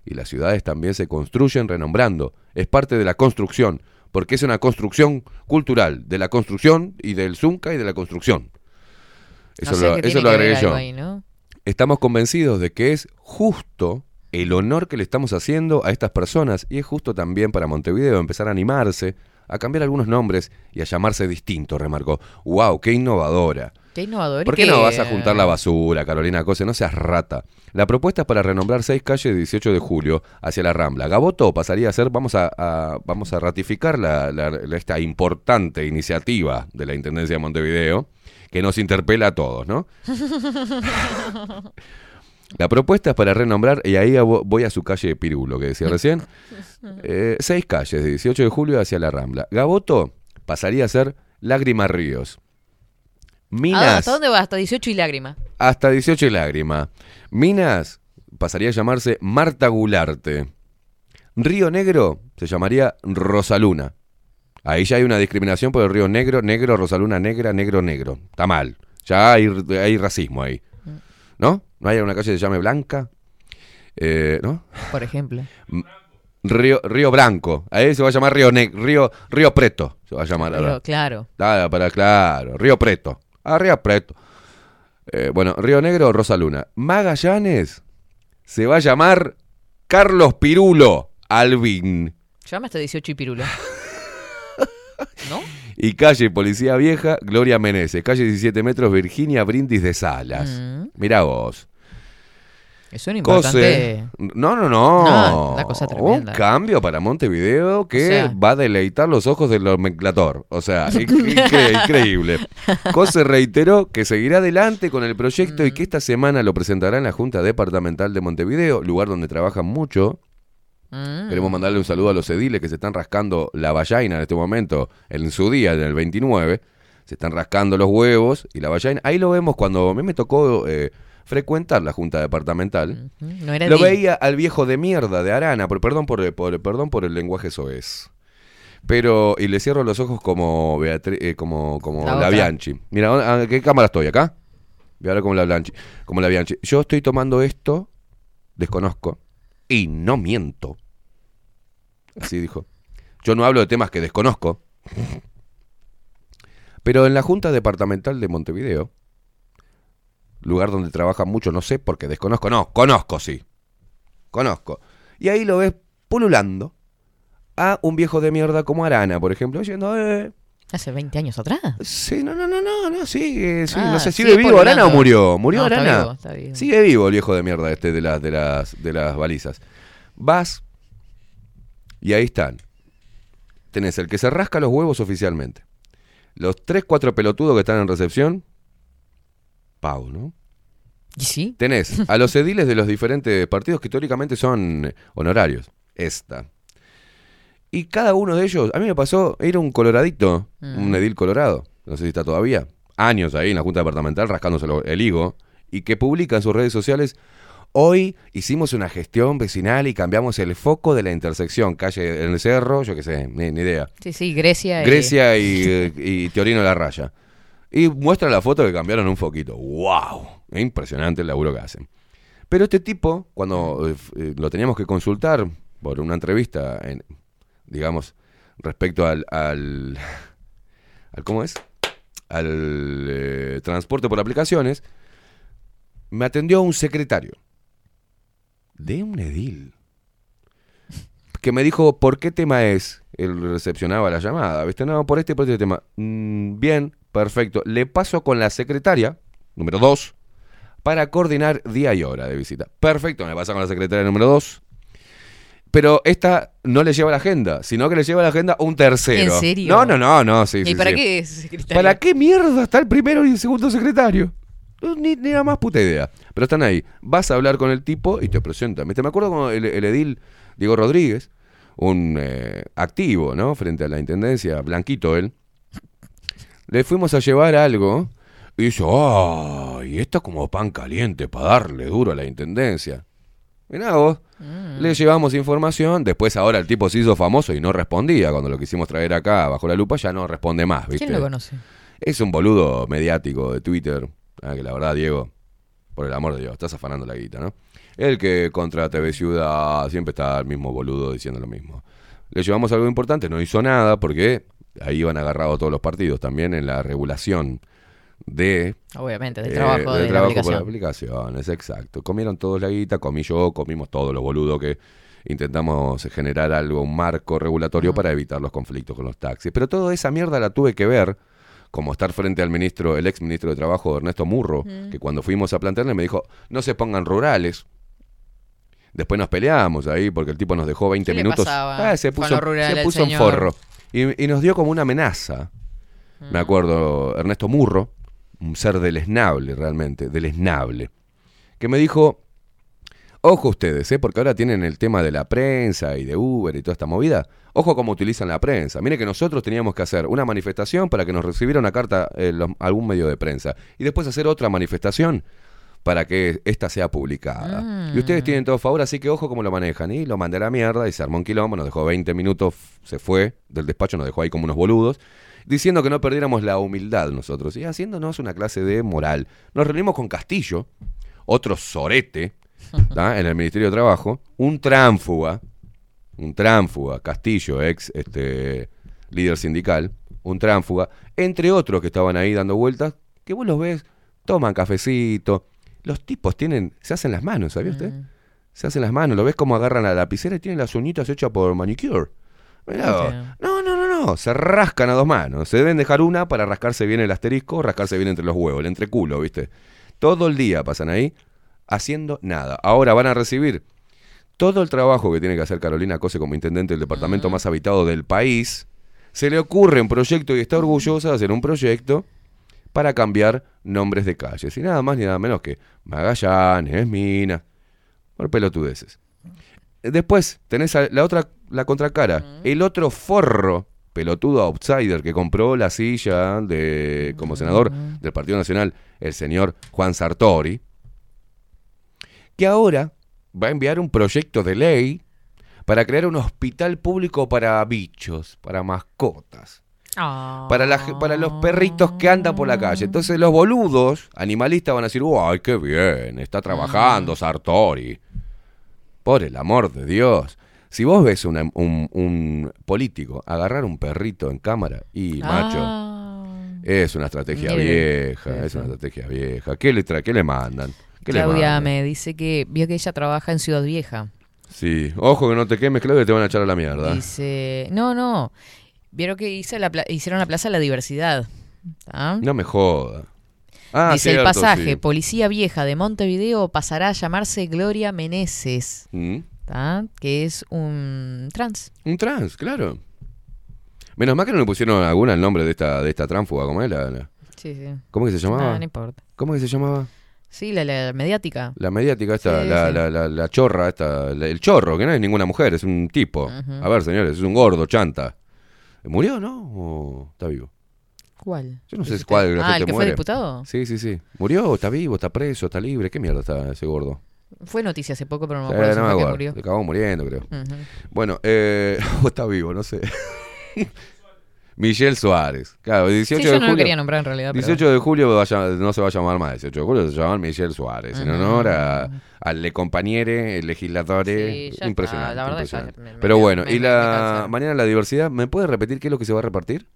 Y las ciudades también se construyen renombrando. Es parte de la construcción, porque es una construcción cultural, de la construcción y del Zunca y de la construcción. Eso, O sea lo, que eso tiene lo que agregué ver yo. algo ahí, ¿no? Estamos convencidos de que es justo el honor que le estamos haciendo a estas personas y es justo también para Montevideo empezar a animarse, a cambiar algunos nombres y a llamarse distinto, remarcó. ¡Wow! ¡Qué innovadora! Qué innovador. ¿Por qué no vas a juntar la basura, Carolina Cose? No seas rata. La propuesta es para renombrar seis calles de dieciocho de julio hacia la Rambla. Gaboto pasaría a ser, vamos a, a- vamos a ratificar la- la- la- esta importante iniciativa de la Intendencia de Montevideo, que nos interpela a todos, ¿no? La propuesta es para renombrar, y ahí vo- voy a su calle Pirulo, que decía recién, eh, seis calles de dieciocho de julio hacia la Rambla. Gaboto pasaría a ser Lágrima Ríos. Minas... Ah, ¿hasta dónde va? Hasta dieciocho y lágrima. Hasta dieciocho y lágrima. Minas pasaría a llamarse Marta Gularte. Río Negro se llamaría Rosaluna. Ahí ya hay una discriminación por el Río Negro, negro, Rosaluna negra, negro, negro. Está mal. Ya hay, hay racismo ahí. ¿No? ¿No hay una calle que se llame Blanca? Eh, ¿No? Por ejemplo. Río, Río Blanco. Ahí se va a llamar Río Negro. Río, Río Preto. Se va a llamar ahora. Río- claro. Ah, para, claro. Río Preto. Ah, Río Preto. Eh, bueno, Río Negro o Rosaluna. Magallanes se va a llamar Carlos Pirulo Albín. Llama hasta dieciocho y pirulo. ¿No? Y calle Policía Vieja, Gloria Meneses. Calle diecisiete metros, Virginia Brindis de Salas. Mm. Mirá vos. Es un importante. Cose- No, no, no. No, una cosa tremenda. Un cambio para Montevideo que O sea. va a deleitar los ojos del nomenclator. O sea, inc- incre- increíble. Cose reiteró que seguirá adelante con el proyecto y que esta semana lo presentará en la Junta Departamental de Montevideo, lugar donde trabajan mucho. Mm. Queremos mandarle un saludo a los ediles que se están rascando la vallaina en este momento, en su día, en el veintinueve. Se están rascando los huevos y la vallaina. Ahí lo vemos cuando a mí me tocó eh, frecuentar la Junta Departamental. No era Lo di- veía al viejo de mierda de Arana, por, perdón, por, por, perdón por el lenguaje soez. Pero, y le cierro los ojos como Beatri- eh, como, como La la, otra. Bianchi. Mira, ¿a qué cámara estoy? ¿Acá? Voy a ver como la Bianchi. Como la Bianchi. Yo estoy tomando esto, desconozco, y no miento. Así dijo. Yo no hablo de temas que desconozco. Pero en la Junta Departamental de Montevideo, lugar donde trabajan mucho, no sé porque desconozco, no, conozco sí, conozco. Y ahí lo ves pululando a un viejo de mierda como Arana, por ejemplo, diciendo, eh, Hace veinte años atrás. sí, no, no, no, no, no, sigue, sí, Ah, no sé, sigue ¿sigue vivo Arana o pululando. murió? ¿Murió No, está Arana? vivo, está vivo. Sigue vivo el viejo de mierda este de las, de las, de las balizas. Vas y ahí están. Tenés el que se rasca los huevos oficialmente. Los tres, cuatro pelotudos que están en recepción. Pau, ¿no? ¿Y sí? Tenés a los ediles de los diferentes partidos que teóricamente son eh, honorarios. Esta. Y cada uno de ellos, a mí me pasó, era un coloradito, Mm. un edil colorado, no sé si está todavía, años ahí en la Junta Departamental rascándose lo- el higo, y que publica en sus redes sociales, hoy hicimos una gestión vecinal y cambiamos el foco de la intersección, calle en el cerro, yo qué sé, ni, ni idea. Sí, sí, Grecia. y- Grecia y, eh, y Teorino de la Raya. Y muestra la foto que cambiaron un foquito. ¡Wow! Es impresionante el laburo que hacen. Pero este tipo, cuando eh, f- eh, lo teníamos que consultar por una entrevista, en, digamos, respecto al, al, al ¿cómo es? Al eh, transporte por aplicaciones, me atendió un secretario de un edil que me dijo por qué tema es. Él recepcionaba la llamada, ¿viste? No, por este y por este tema. Mm, bien, perfecto. Le paso con la secretaria, número dos, para coordinar día y hora de visita. Perfecto, me pasa con la secretaria número dos. Pero esta no le lleva la agenda, sino que le lleva la agenda un tercero. ¿En serio? No, no, no, no, sí, ¿Y sí, para sí. qué es secretario? ¿Para qué mierda está el primero y el segundo secretario? No, Ni, ni la más puta idea. Pero están ahí. Vas a hablar con el tipo y te presentan. ¿Viste? Me acuerdo como el, el edil Diego Rodríguez, un eh, activo, ¿no? Frente a la intendencia, blanquito él. Le fuimos a llevar algo y dice, ¡ay! Esto es como pan caliente para darle duro a la intendencia. Mirá vos. Mm. Le llevamos información. Después ahora el tipo se hizo famoso y no respondía. Cuando lo quisimos traer acá bajo la lupa ya no responde más, ¿viste? ¿Quién lo conoce? Es un boludo mediático de Twitter. Ah, que la verdad, Diego, Por el amor de Dios, estás afanando la guita, ¿no? El que contra T V Ciudad siempre está el mismo boludo diciendo lo mismo. Le llevamos algo importante, no hizo nada porque ahí iban agarrados todos los partidos también en la regulación de... Obviamente, del eh, trabajo de del la trabajo aplicación. por las aplicaciones, exacto. Comieron todos la guita, comí yo, comimos todos los boludos que intentamos generar algo, un marco regulatorio uh-huh. para evitar los conflictos con los taxis. Pero toda esa mierda la tuve que ver, como estar frente al ministro, el ex ministro de Trabajo, Ernesto Murro, uh-huh. que cuando fuimos a plantearle me dijo, no se pongan rurales. Después nos peleamos ahí porque el tipo nos dejó veinte ¿Qué minutos. le pasaba Ah, se puso, rural se puso en señor? forro. Y, y nos dio como una amenaza. Uh-huh. Me acuerdo, Ernesto Murro, un ser deleznable realmente, deleznable, que me dijo, ojo ustedes, ¿eh? Porque ahora tienen el tema de la prensa y de Uber y toda esta movida, ojo cómo utilizan la prensa. Mire que nosotros teníamos que hacer una manifestación para que nos recibiera una carta en los, algún medio de prensa y después hacer otra manifestación para que esta sea publicada. Mm. Y ustedes tienen todo a favor, así que ojo cómo lo manejan. Y lo mandé a la mierda y se armó un quilombo, nos dejó veinte minutos, se fue del despacho, nos dejó ahí como unos boludos, diciendo que no perdiéramos la humildad nosotros, y haciéndonos una clase de moral. Nos reunimos con Castillo, otro sorete, ¿tá? En el Ministerio de Trabajo, un tránfuga, un tránfuga, Castillo, ex este, líder sindical, un tránfuga, entre otros que estaban ahí dando vueltas, que vos los ves, toman cafecito, los tipos tienen, se hacen las manos, ¿sabía usted? Mm. Se hacen las manos, lo ves como agarran la lapicera y tienen las uñitas hechas por manicure. Mirá, okay. No, no, no, no, se rascan a dos manos. Se deben dejar una para rascarse bien el asterisco, rascarse bien entre los huevos, el entreculo, ¿viste? Todo el día pasan ahí haciendo nada. Ahora van a recibir todo el trabajo que tiene que hacer Carolina Cose como intendente del departamento uh-huh. más habitado del país. Se le ocurre un proyecto y está orgullosa de hacer un proyecto para cambiar nombres de calles. Y nada más ni nada menos que Magallanes, Minas, por pelotudeces. Después tenés a la otra, la contracara, uh-huh. el otro forro, pelotudo outsider que compró la silla de como senador uh-huh. del Partido Nacional, el señor Juan Sartori, que ahora va a enviar un proyecto de ley para crear un hospital público para bichos, para mascotas. Oh. Para, la, para los perritos que andan por la calle. Entonces los boludos animalistas van a decir, ¡ay, qué bien! Está trabajando uh-huh. Sartori. Por el amor de Dios. Si vos ves una, un, un político agarrar un perrito en cámara y ah. macho, es una estrategia Mire. vieja, sí, es sí. una estrategia vieja. ¿Qué le, tra- qué le mandan? ¿Qué Claudia le mandan? me dice que vio que ella trabaja en Ciudad Vieja. Sí, ojo que no te quemes, Claudia, te van a echar a la mierda. Dice, no, no, vieron que hice la pla- hicieron la Plaza de la Diversidad. ¿Ah? No me joda. Ah, dice cierto, el pasaje, sí. Policía Vieja de Montevideo pasará a llamarse Gloria Meneses, ¿Mm? que es un trans. Un trans, claro. Menos mal que no le pusieron alguna el nombre de esta de esta tránfuga, ¿cómo es? La, la... Sí, sí. ¿Cómo que se llamaba? Ah, no importa. ¿Cómo que se llamaba? Sí, la, la mediática. La mediática esta, sí, la, sí. La, la, la chorra esta, la, el chorro, que no es ninguna mujer, es un tipo. Uh-huh. A ver, señores, es un gordo, chanta. ¿Murió, no? ¿O está vivo? ¿Cuál? Yo no sé cuál de la ah, gente ¿el que muere. fue diputado? Sí, sí, sí. ¿Murió? ¿Está vivo? ¿Está preso? ¿Está libre? ¿Qué mierda está ese gordo? Fue noticia hace poco, pero no me sí, acuerdo no si me fue acuerdo. que murió. Acabó muriendo, creo. Uh-huh. Bueno, eh, o está vivo, no sé. Michelle Suárez. Claro, dieciocho sí, yo de no julio. lo quería nombrar en realidad. dieciocho pero... de julio vaya, no se va a llamar más dieciocho de julio, se llama Michelle Suárez. Uh-huh. En honor a, al le compañere, el legisladore. Sí, impresionante. Está, la verdad impresionante. Ya me, pero me, bueno, me, y me, la me mañana la diversidad, ¿me puede repetir qué es lo que se va a repartir?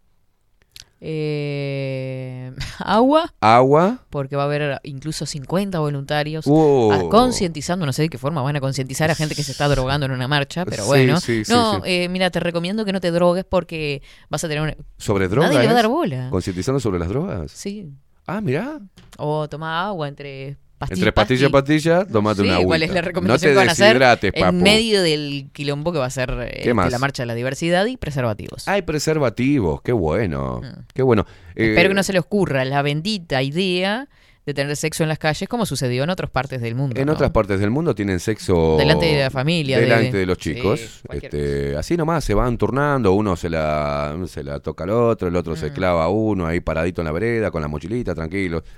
Eh, agua. Agua. Porque va a haber incluso cincuenta voluntarios oh. a, concientizando, no sé de qué forma van a concientizar a gente que se está drogando en una marcha, pero sí, bueno. Sí, sí, no, sí. Eh, mira, te recomiendo que no te drogues porque vas a tener una... ¿Sobre drogas? Nadie le va a dar bola. ¿Concientizando sobre las drogas? Sí. Ah, mirá. O toma agua entre... Pastilla, Entre pastilla y pastilla, tomate sí, una agüita. ¿Cuál es la recomendación no te que van a hacer papu. en medio del quilombo que va a ser eh, la marcha de la diversidad y preservativos? Hay preservativos, qué bueno, mm. qué bueno. Eh, Espero que no se le ocurra la bendita idea de tener sexo en las calles como sucedió en otras partes del mundo. En ¿no? otras partes del mundo tienen sexo delante de la familia, delante de, de los chicos. Sí, este, así nomás se van turnando, uno se la se la toca al otro, el otro mm. se clava a uno ahí paradito en la vereda con la mochilita, tranquilo.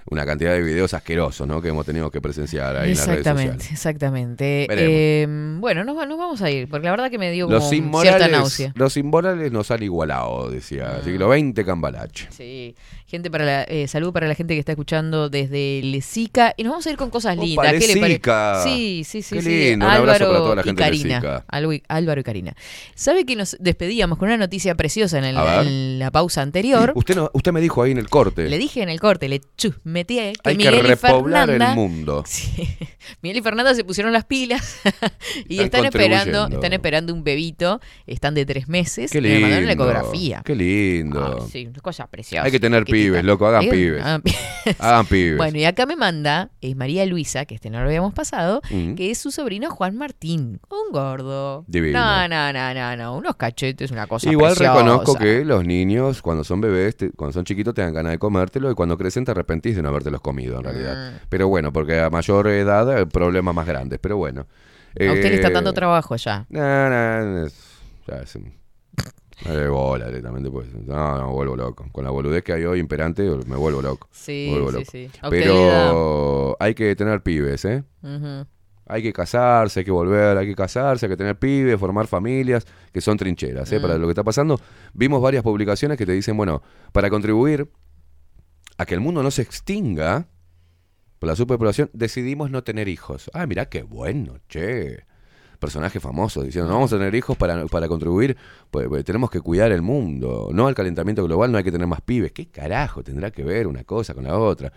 una cantidad de videos asquerosos, ¿no? Que hemos tenido que presenciar ahí en las redes Exactamente, sociales. exactamente. Veremos. Eh, bueno, nos, va- nos vamos a ir, porque la verdad que me dio como Los cierta inmorales, náusea. los inmorales nos han igualado, decía. Siglo veinte, Cambalache. Sí, gente para la, eh, salud para la gente que está escuchando desde Lezica. Y nos vamos a ir con cosas Opa, lindas. ¿Qué le Lezica. parece? Sí, sí, sí. Qué sí. lindo, un Álvaro abrazo para toda la gente y de Karina. Lezica. Algo- Álvaro y Karina. ¿Sabe que nos despedíamos con una noticia preciosa en, el- A ver. en la pausa anterior? Usted, no, usted me dijo ahí en el corte. Le dije en el corte, le chu, metí que Hay Miguel que y repoblar Fernanda, el mundo. Sí, Miguel y Fernanda se pusieron las pilas y Están están esperando, contribuyendo. están esperando un bebito, están de tres meses, Qué y me mandaron la lindo. ecografía. Qué lindo. Ay, sí, una cosa preciosa. Hay que tener chiquitita. pibes, loco, hagan Hay que- pibes. hagan pibes. Hagan pibes. Bueno, y acá me manda, es María Luisa, que este no lo habíamos pasado, Mm. que es su sobrino Juan Martín, un gordo. Divino. No, no, no, no, no, unos cachetes, una cosa Igual preciosa. reconozco que los niños, cuando son bebés, te- cuando son chiquitos, te dan ganas de comértelo y cuando crecen te arrepentís de no habértelos comido, en realidad. Mm. Pero bueno, porque a mayor edad, eh, problemas más grandes. Pero bueno. A usted le está Eh, dando trabajo ya. No, no, es- ya es un- me doy bola directamente, pues. No, no, me vuelvo loco. Con la boludez que hay hoy imperante, me vuelvo loco. Sí, me vuelvo sí, loco. sí. A usted le Pero hay que tener pibes, ¿eh? Ujú. Hay que casarse, hay que volver, hay que casarse, hay que tener pibes, formar familias, que son trincheras, ¿eh? Mm. Para lo que está pasando. Vimos varias publicaciones que te dicen, bueno, para contribuir a que el mundo no se extinga por la superpoblación, decidimos no tener hijos. Ah, mirá qué bueno, che. Personajes famosos diciendo, no vamos a tener hijos para, para contribuir, pues, pues tenemos que cuidar el mundo, no al calentamiento global, no hay que tener más pibes. ¿Qué carajo tendrá que ver una cosa con la otra?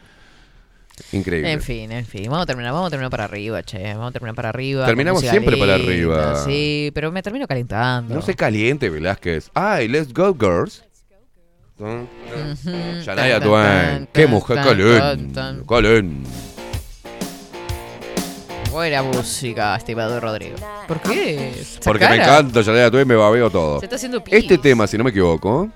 Increíble. En fin, en fin. Vamos a terminar, vamos a terminar para arriba, che. Vamos a terminar para arriba. Terminamos con música siempre para linda, arriba. Sí, pero me termino calentando. No se caliente, Velázquez. ¡Ay, let's go, girls! Ujú. Shania Tan, Twain. tan, ¡Qué tan, mujer tan, caliente! tan. Caliente. Buena música, estimado Rodrigo. ¿Por qué? Esa Porque me cara. encanta Shania Twain, me babeo todo. Se está haciendo pis. Este tema, si no me equivoco,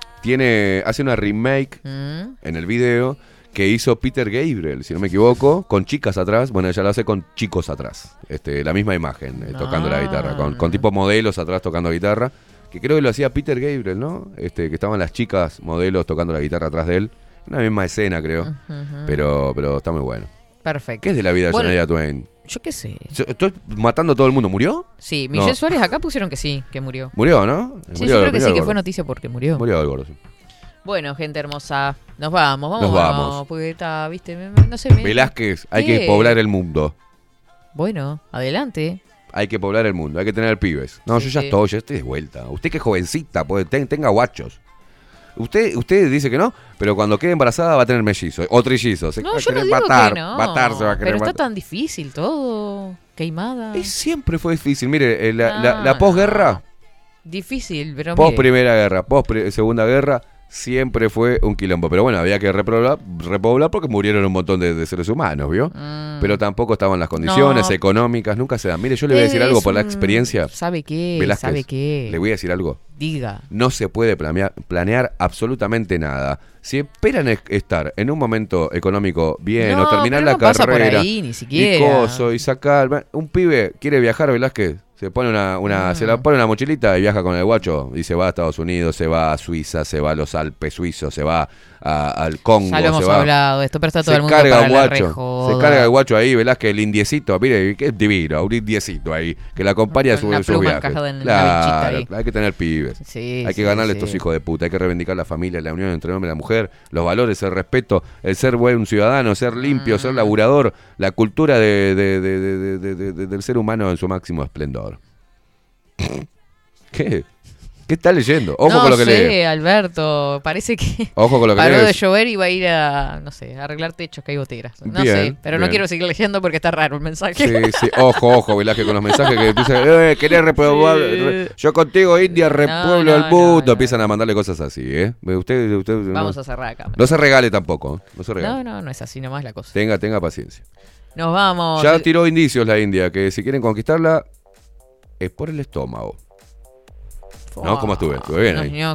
tiene hace una remake Mm. en el video que hizo Peter Gabriel, si no me equivoco, con chicas atrás. Bueno, ella lo hace con chicos atrás. Este, la misma imagen, eh, tocando la guitarra. Con, con tipo modelos atrás tocando guitarra. Que creo que lo hacía Peter Gabriel, ¿no? Este, que estaban las chicas modelos tocando la guitarra atrás de él. Una misma escena, creo. Ujú. Pero, pero está muy bueno. Perfecto. ¿Qué es de la vida de Bueno, Shania Twain? Yo qué sé. Yo- Estoy matando a todo el mundo. ¿Murió? Sí, No. Miguel Suárez acá pusieron que sí, que murió. Murió, ¿no? Sí, Murió, yo creo que murió sí, el que gordo. fue noticia porque murió. Murió el gordo, sí. Bueno, gente hermosa, nos vamos, vamos, Nos vamos. porque está, viste, me- me- no sé, me... Velázquez, hay ¿Qué? que poblar el mundo. Bueno, adelante. Hay que poblar el mundo, hay que tener pibes. No, Sí, yo ya sí. estoy, ya estoy de vuelta. Usted que es jovencita, puede, ten- tenga guachos. Usted, usted dice que no, pero cuando quede embarazada va a tener mellizos o trillizos. Se No, va a yo no querer digo matar, que no. matar se va a querer pero está matar. tan difícil todo. Queimada. Y siempre fue difícil. Mire, eh, la, la- No, la posguerra, Difícil, pero post mire, primera guerra, post pri- segunda guerra, siempre fue un quilombo. Pero bueno, había que repoblar, repoblar porque murieron un montón de, de seres humanos, ¿vio? Mm. Pero tampoco estaban las condiciones No. económicas, nunca se dan. Mire, yo le voy a decir Es algo por la un- experiencia. ¿Sabe qué? Velázquez, ¿Sabe qué? Le voy a decir algo. Diga. No se puede planear, planear absolutamente nada. Si esperan es- estar en un momento económico bien No, o terminar pero la no pasa por carrera ahí, ni y siquiera. coso y sacar, un pibe quiere viajar, Velázquez, se pone una, una Mm. se la pone una mochilita y viaja con el guacho y se va a Estados Unidos, se va a Suiza, se va a los Alpes suizos, se va a- al Congo, Ya lo hemos se va hablado de esto, pero está todo se el mundo carga para un la guacho, rejoda. se carga el guacho ahí, Velázquez, el indiecito, mire, que es divino, un indiecito ahí, que la acompaña a su, Con una sus pluma viajes. encajada en la Claro, vinchita ahí. hay que tener pibes. Sí, hay que sí, ganarle a sí. estos hijos de puta, hay que reivindicar la familia, la unión entre el hombre y la mujer, los valores, el respeto, el ser buen ciudadano, ser limpio, Mm. ser laburador, la cultura de, de- de- de- de- de- de- del ser humano en su máximo esplendor. ¿Qué? ¿Qué está leyendo? Ojo no con lo que sé, lee. Alberto, parece que Ojo con lo que paró lees. de llover y va a ir a, no sé, a arreglar techos que hay goteras. No Bien, sé, pero no bien. quiero seguir leyendo porque está raro el mensaje. Sí, sí, ojo, ojo, Velázquez, con los mensajes que empiezan, eh, querés repoblar, Sí. re- yo contigo, India, repueblo no, el no, mundo, no. empiezan a mandarle cosas así, ¿eh? Usted, usted Vamos no, a cerrar acá. no se regale tampoco, ¿eh? No se regale. No, no, no es así nomás la cosa. Tenga, tenga paciencia. Nos vamos. Ya tiró indicios la India, que si quieren conquistarla, es por el estómago. ¿No? ¿Cómo estuve? Estuve bien Unos ahí. ñoquis.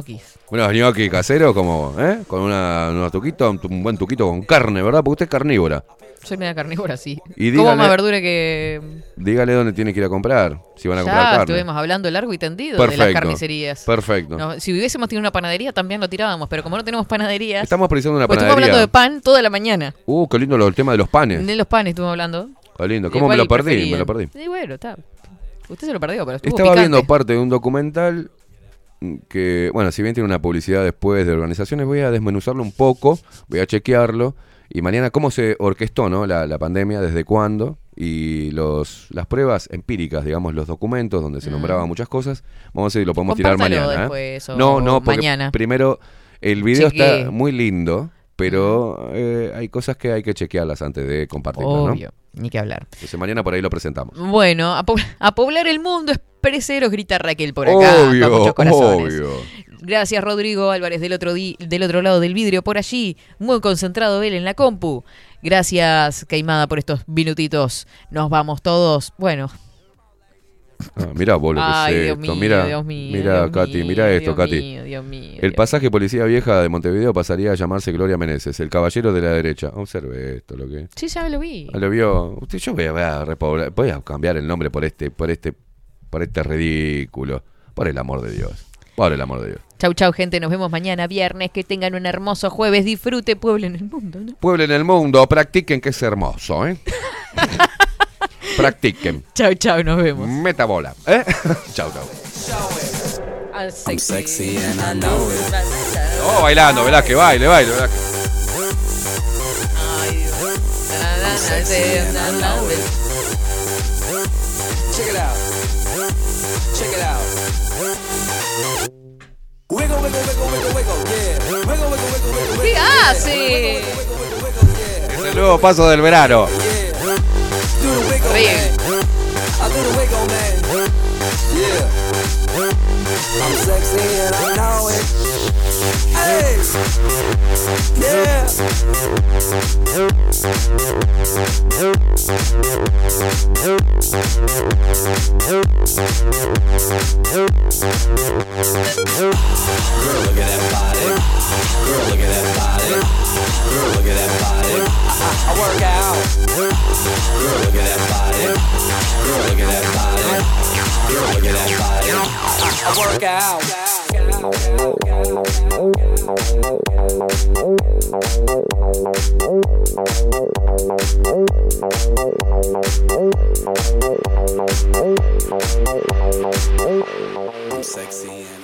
Unos gnocchi caseros como, ¿eh? Con una, unos tuquitos, un buen tuquito con carne, ¿verdad? Porque usted es carnívora. Soy media carnívora, sí. Y Como dígale- más verdura que... Dígale dónde tiene que ir a comprar, si van a comprar Ya carne. estuvimos hablando largo y tendido de Perfecto, las carnicerías. perfecto. No, si hubiésemos tenido una panadería también lo tirábamos, pero como no tenemos panaderías... Estamos precisando una pues estuvimos panadería. hablando de pan toda la mañana. Uh, qué lindo lo- el tema de los panes. De los panes estuvimos hablando. Qué lindo. ¿De ¿Cómo me cuál lo perdí? preferían? Me lo perdí. Sí, bueno, está. Usted se lo perdió, pero estuvo Estaba picante. viendo parte de un documental que, bueno, si bien tiene una publicidad después de organizaciones, voy a desmenuzarlo un poco, voy a chequearlo. Y mañana, ¿cómo se orquestó, no? La, la pandemia, desde cuándo, y los las pruebas empíricas, digamos, los documentos donde se Mm. nombraban muchas cosas. Vamos a ver si lo podemos tirar Compártalo mañana. ¿eh? después, o No, no, porque mañana. primero el video Chequee. está muy lindo, pero eh, hay cosas que hay que chequearlas antes de compartirlas, ¿no? Obvio, ni que hablar. Entonces mañana por ahí lo presentamos. Bueno, a, po- a poblar el mundo, expreseros, grita Raquel por acá. Obvio, con muchos corazones. obvio. Gracias, Rodrigo Álvarez, del otro, di- del otro lado del vidrio, por allí. Muy concentrado él en la compu. Gracias, Caimada, por estos minutitos. Nos vamos todos. Bueno, Ah, mira vos lo que Ay, es Dios esto. mío, mira, Dios mío, mira, Dios Katy, mío, mira esto, Dios Katy. mío, Dios mío, El Dios pasaje Policía Vieja de Montevideo pasaría a llamarse Gloria Meneses, el caballero de la derecha. Observe esto, lo que. sí, ya lo vi. Ah, lo vio. Usted, yo voy a, voy a repoblar- voy a cambiar el nombre por este, por este, por este ridículo. Por el amor de Dios. Por el amor de Dios. Chau, chau, gente. Nos vemos mañana viernes. Que tengan un hermoso jueves. Disfrute, pueblo en el mundo, ¿no? Pueblo en el mundo, practiquen que es hermoso, ¿eh? Practiquen. Chau, chau, nos vemos. Meta bola, ¿eh? Chau, chau. I'm sexy and I know it. Oh, bailando, ¿verdad? Que baile, baile, ¿verdad? Check it out. Check it out. Wiggle, wiggle, wiggle, wiggle, wiggle, yeah. Wiggle, wiggle, wiggle, wiggle, wiggle. ¿Qué hace? Es el nuevo paso del verano. Do the wiggle, man. I do the wiggle, man. Yeah. I'm sexy and I know it. Hey. Yeah. Girl, look at that body. Girl, look at that body. Girl, look at that body. I, I, I work out. Girl, look at that body. Girl, look at that body. Girl, look at that body. I, I work out. I'm sexy and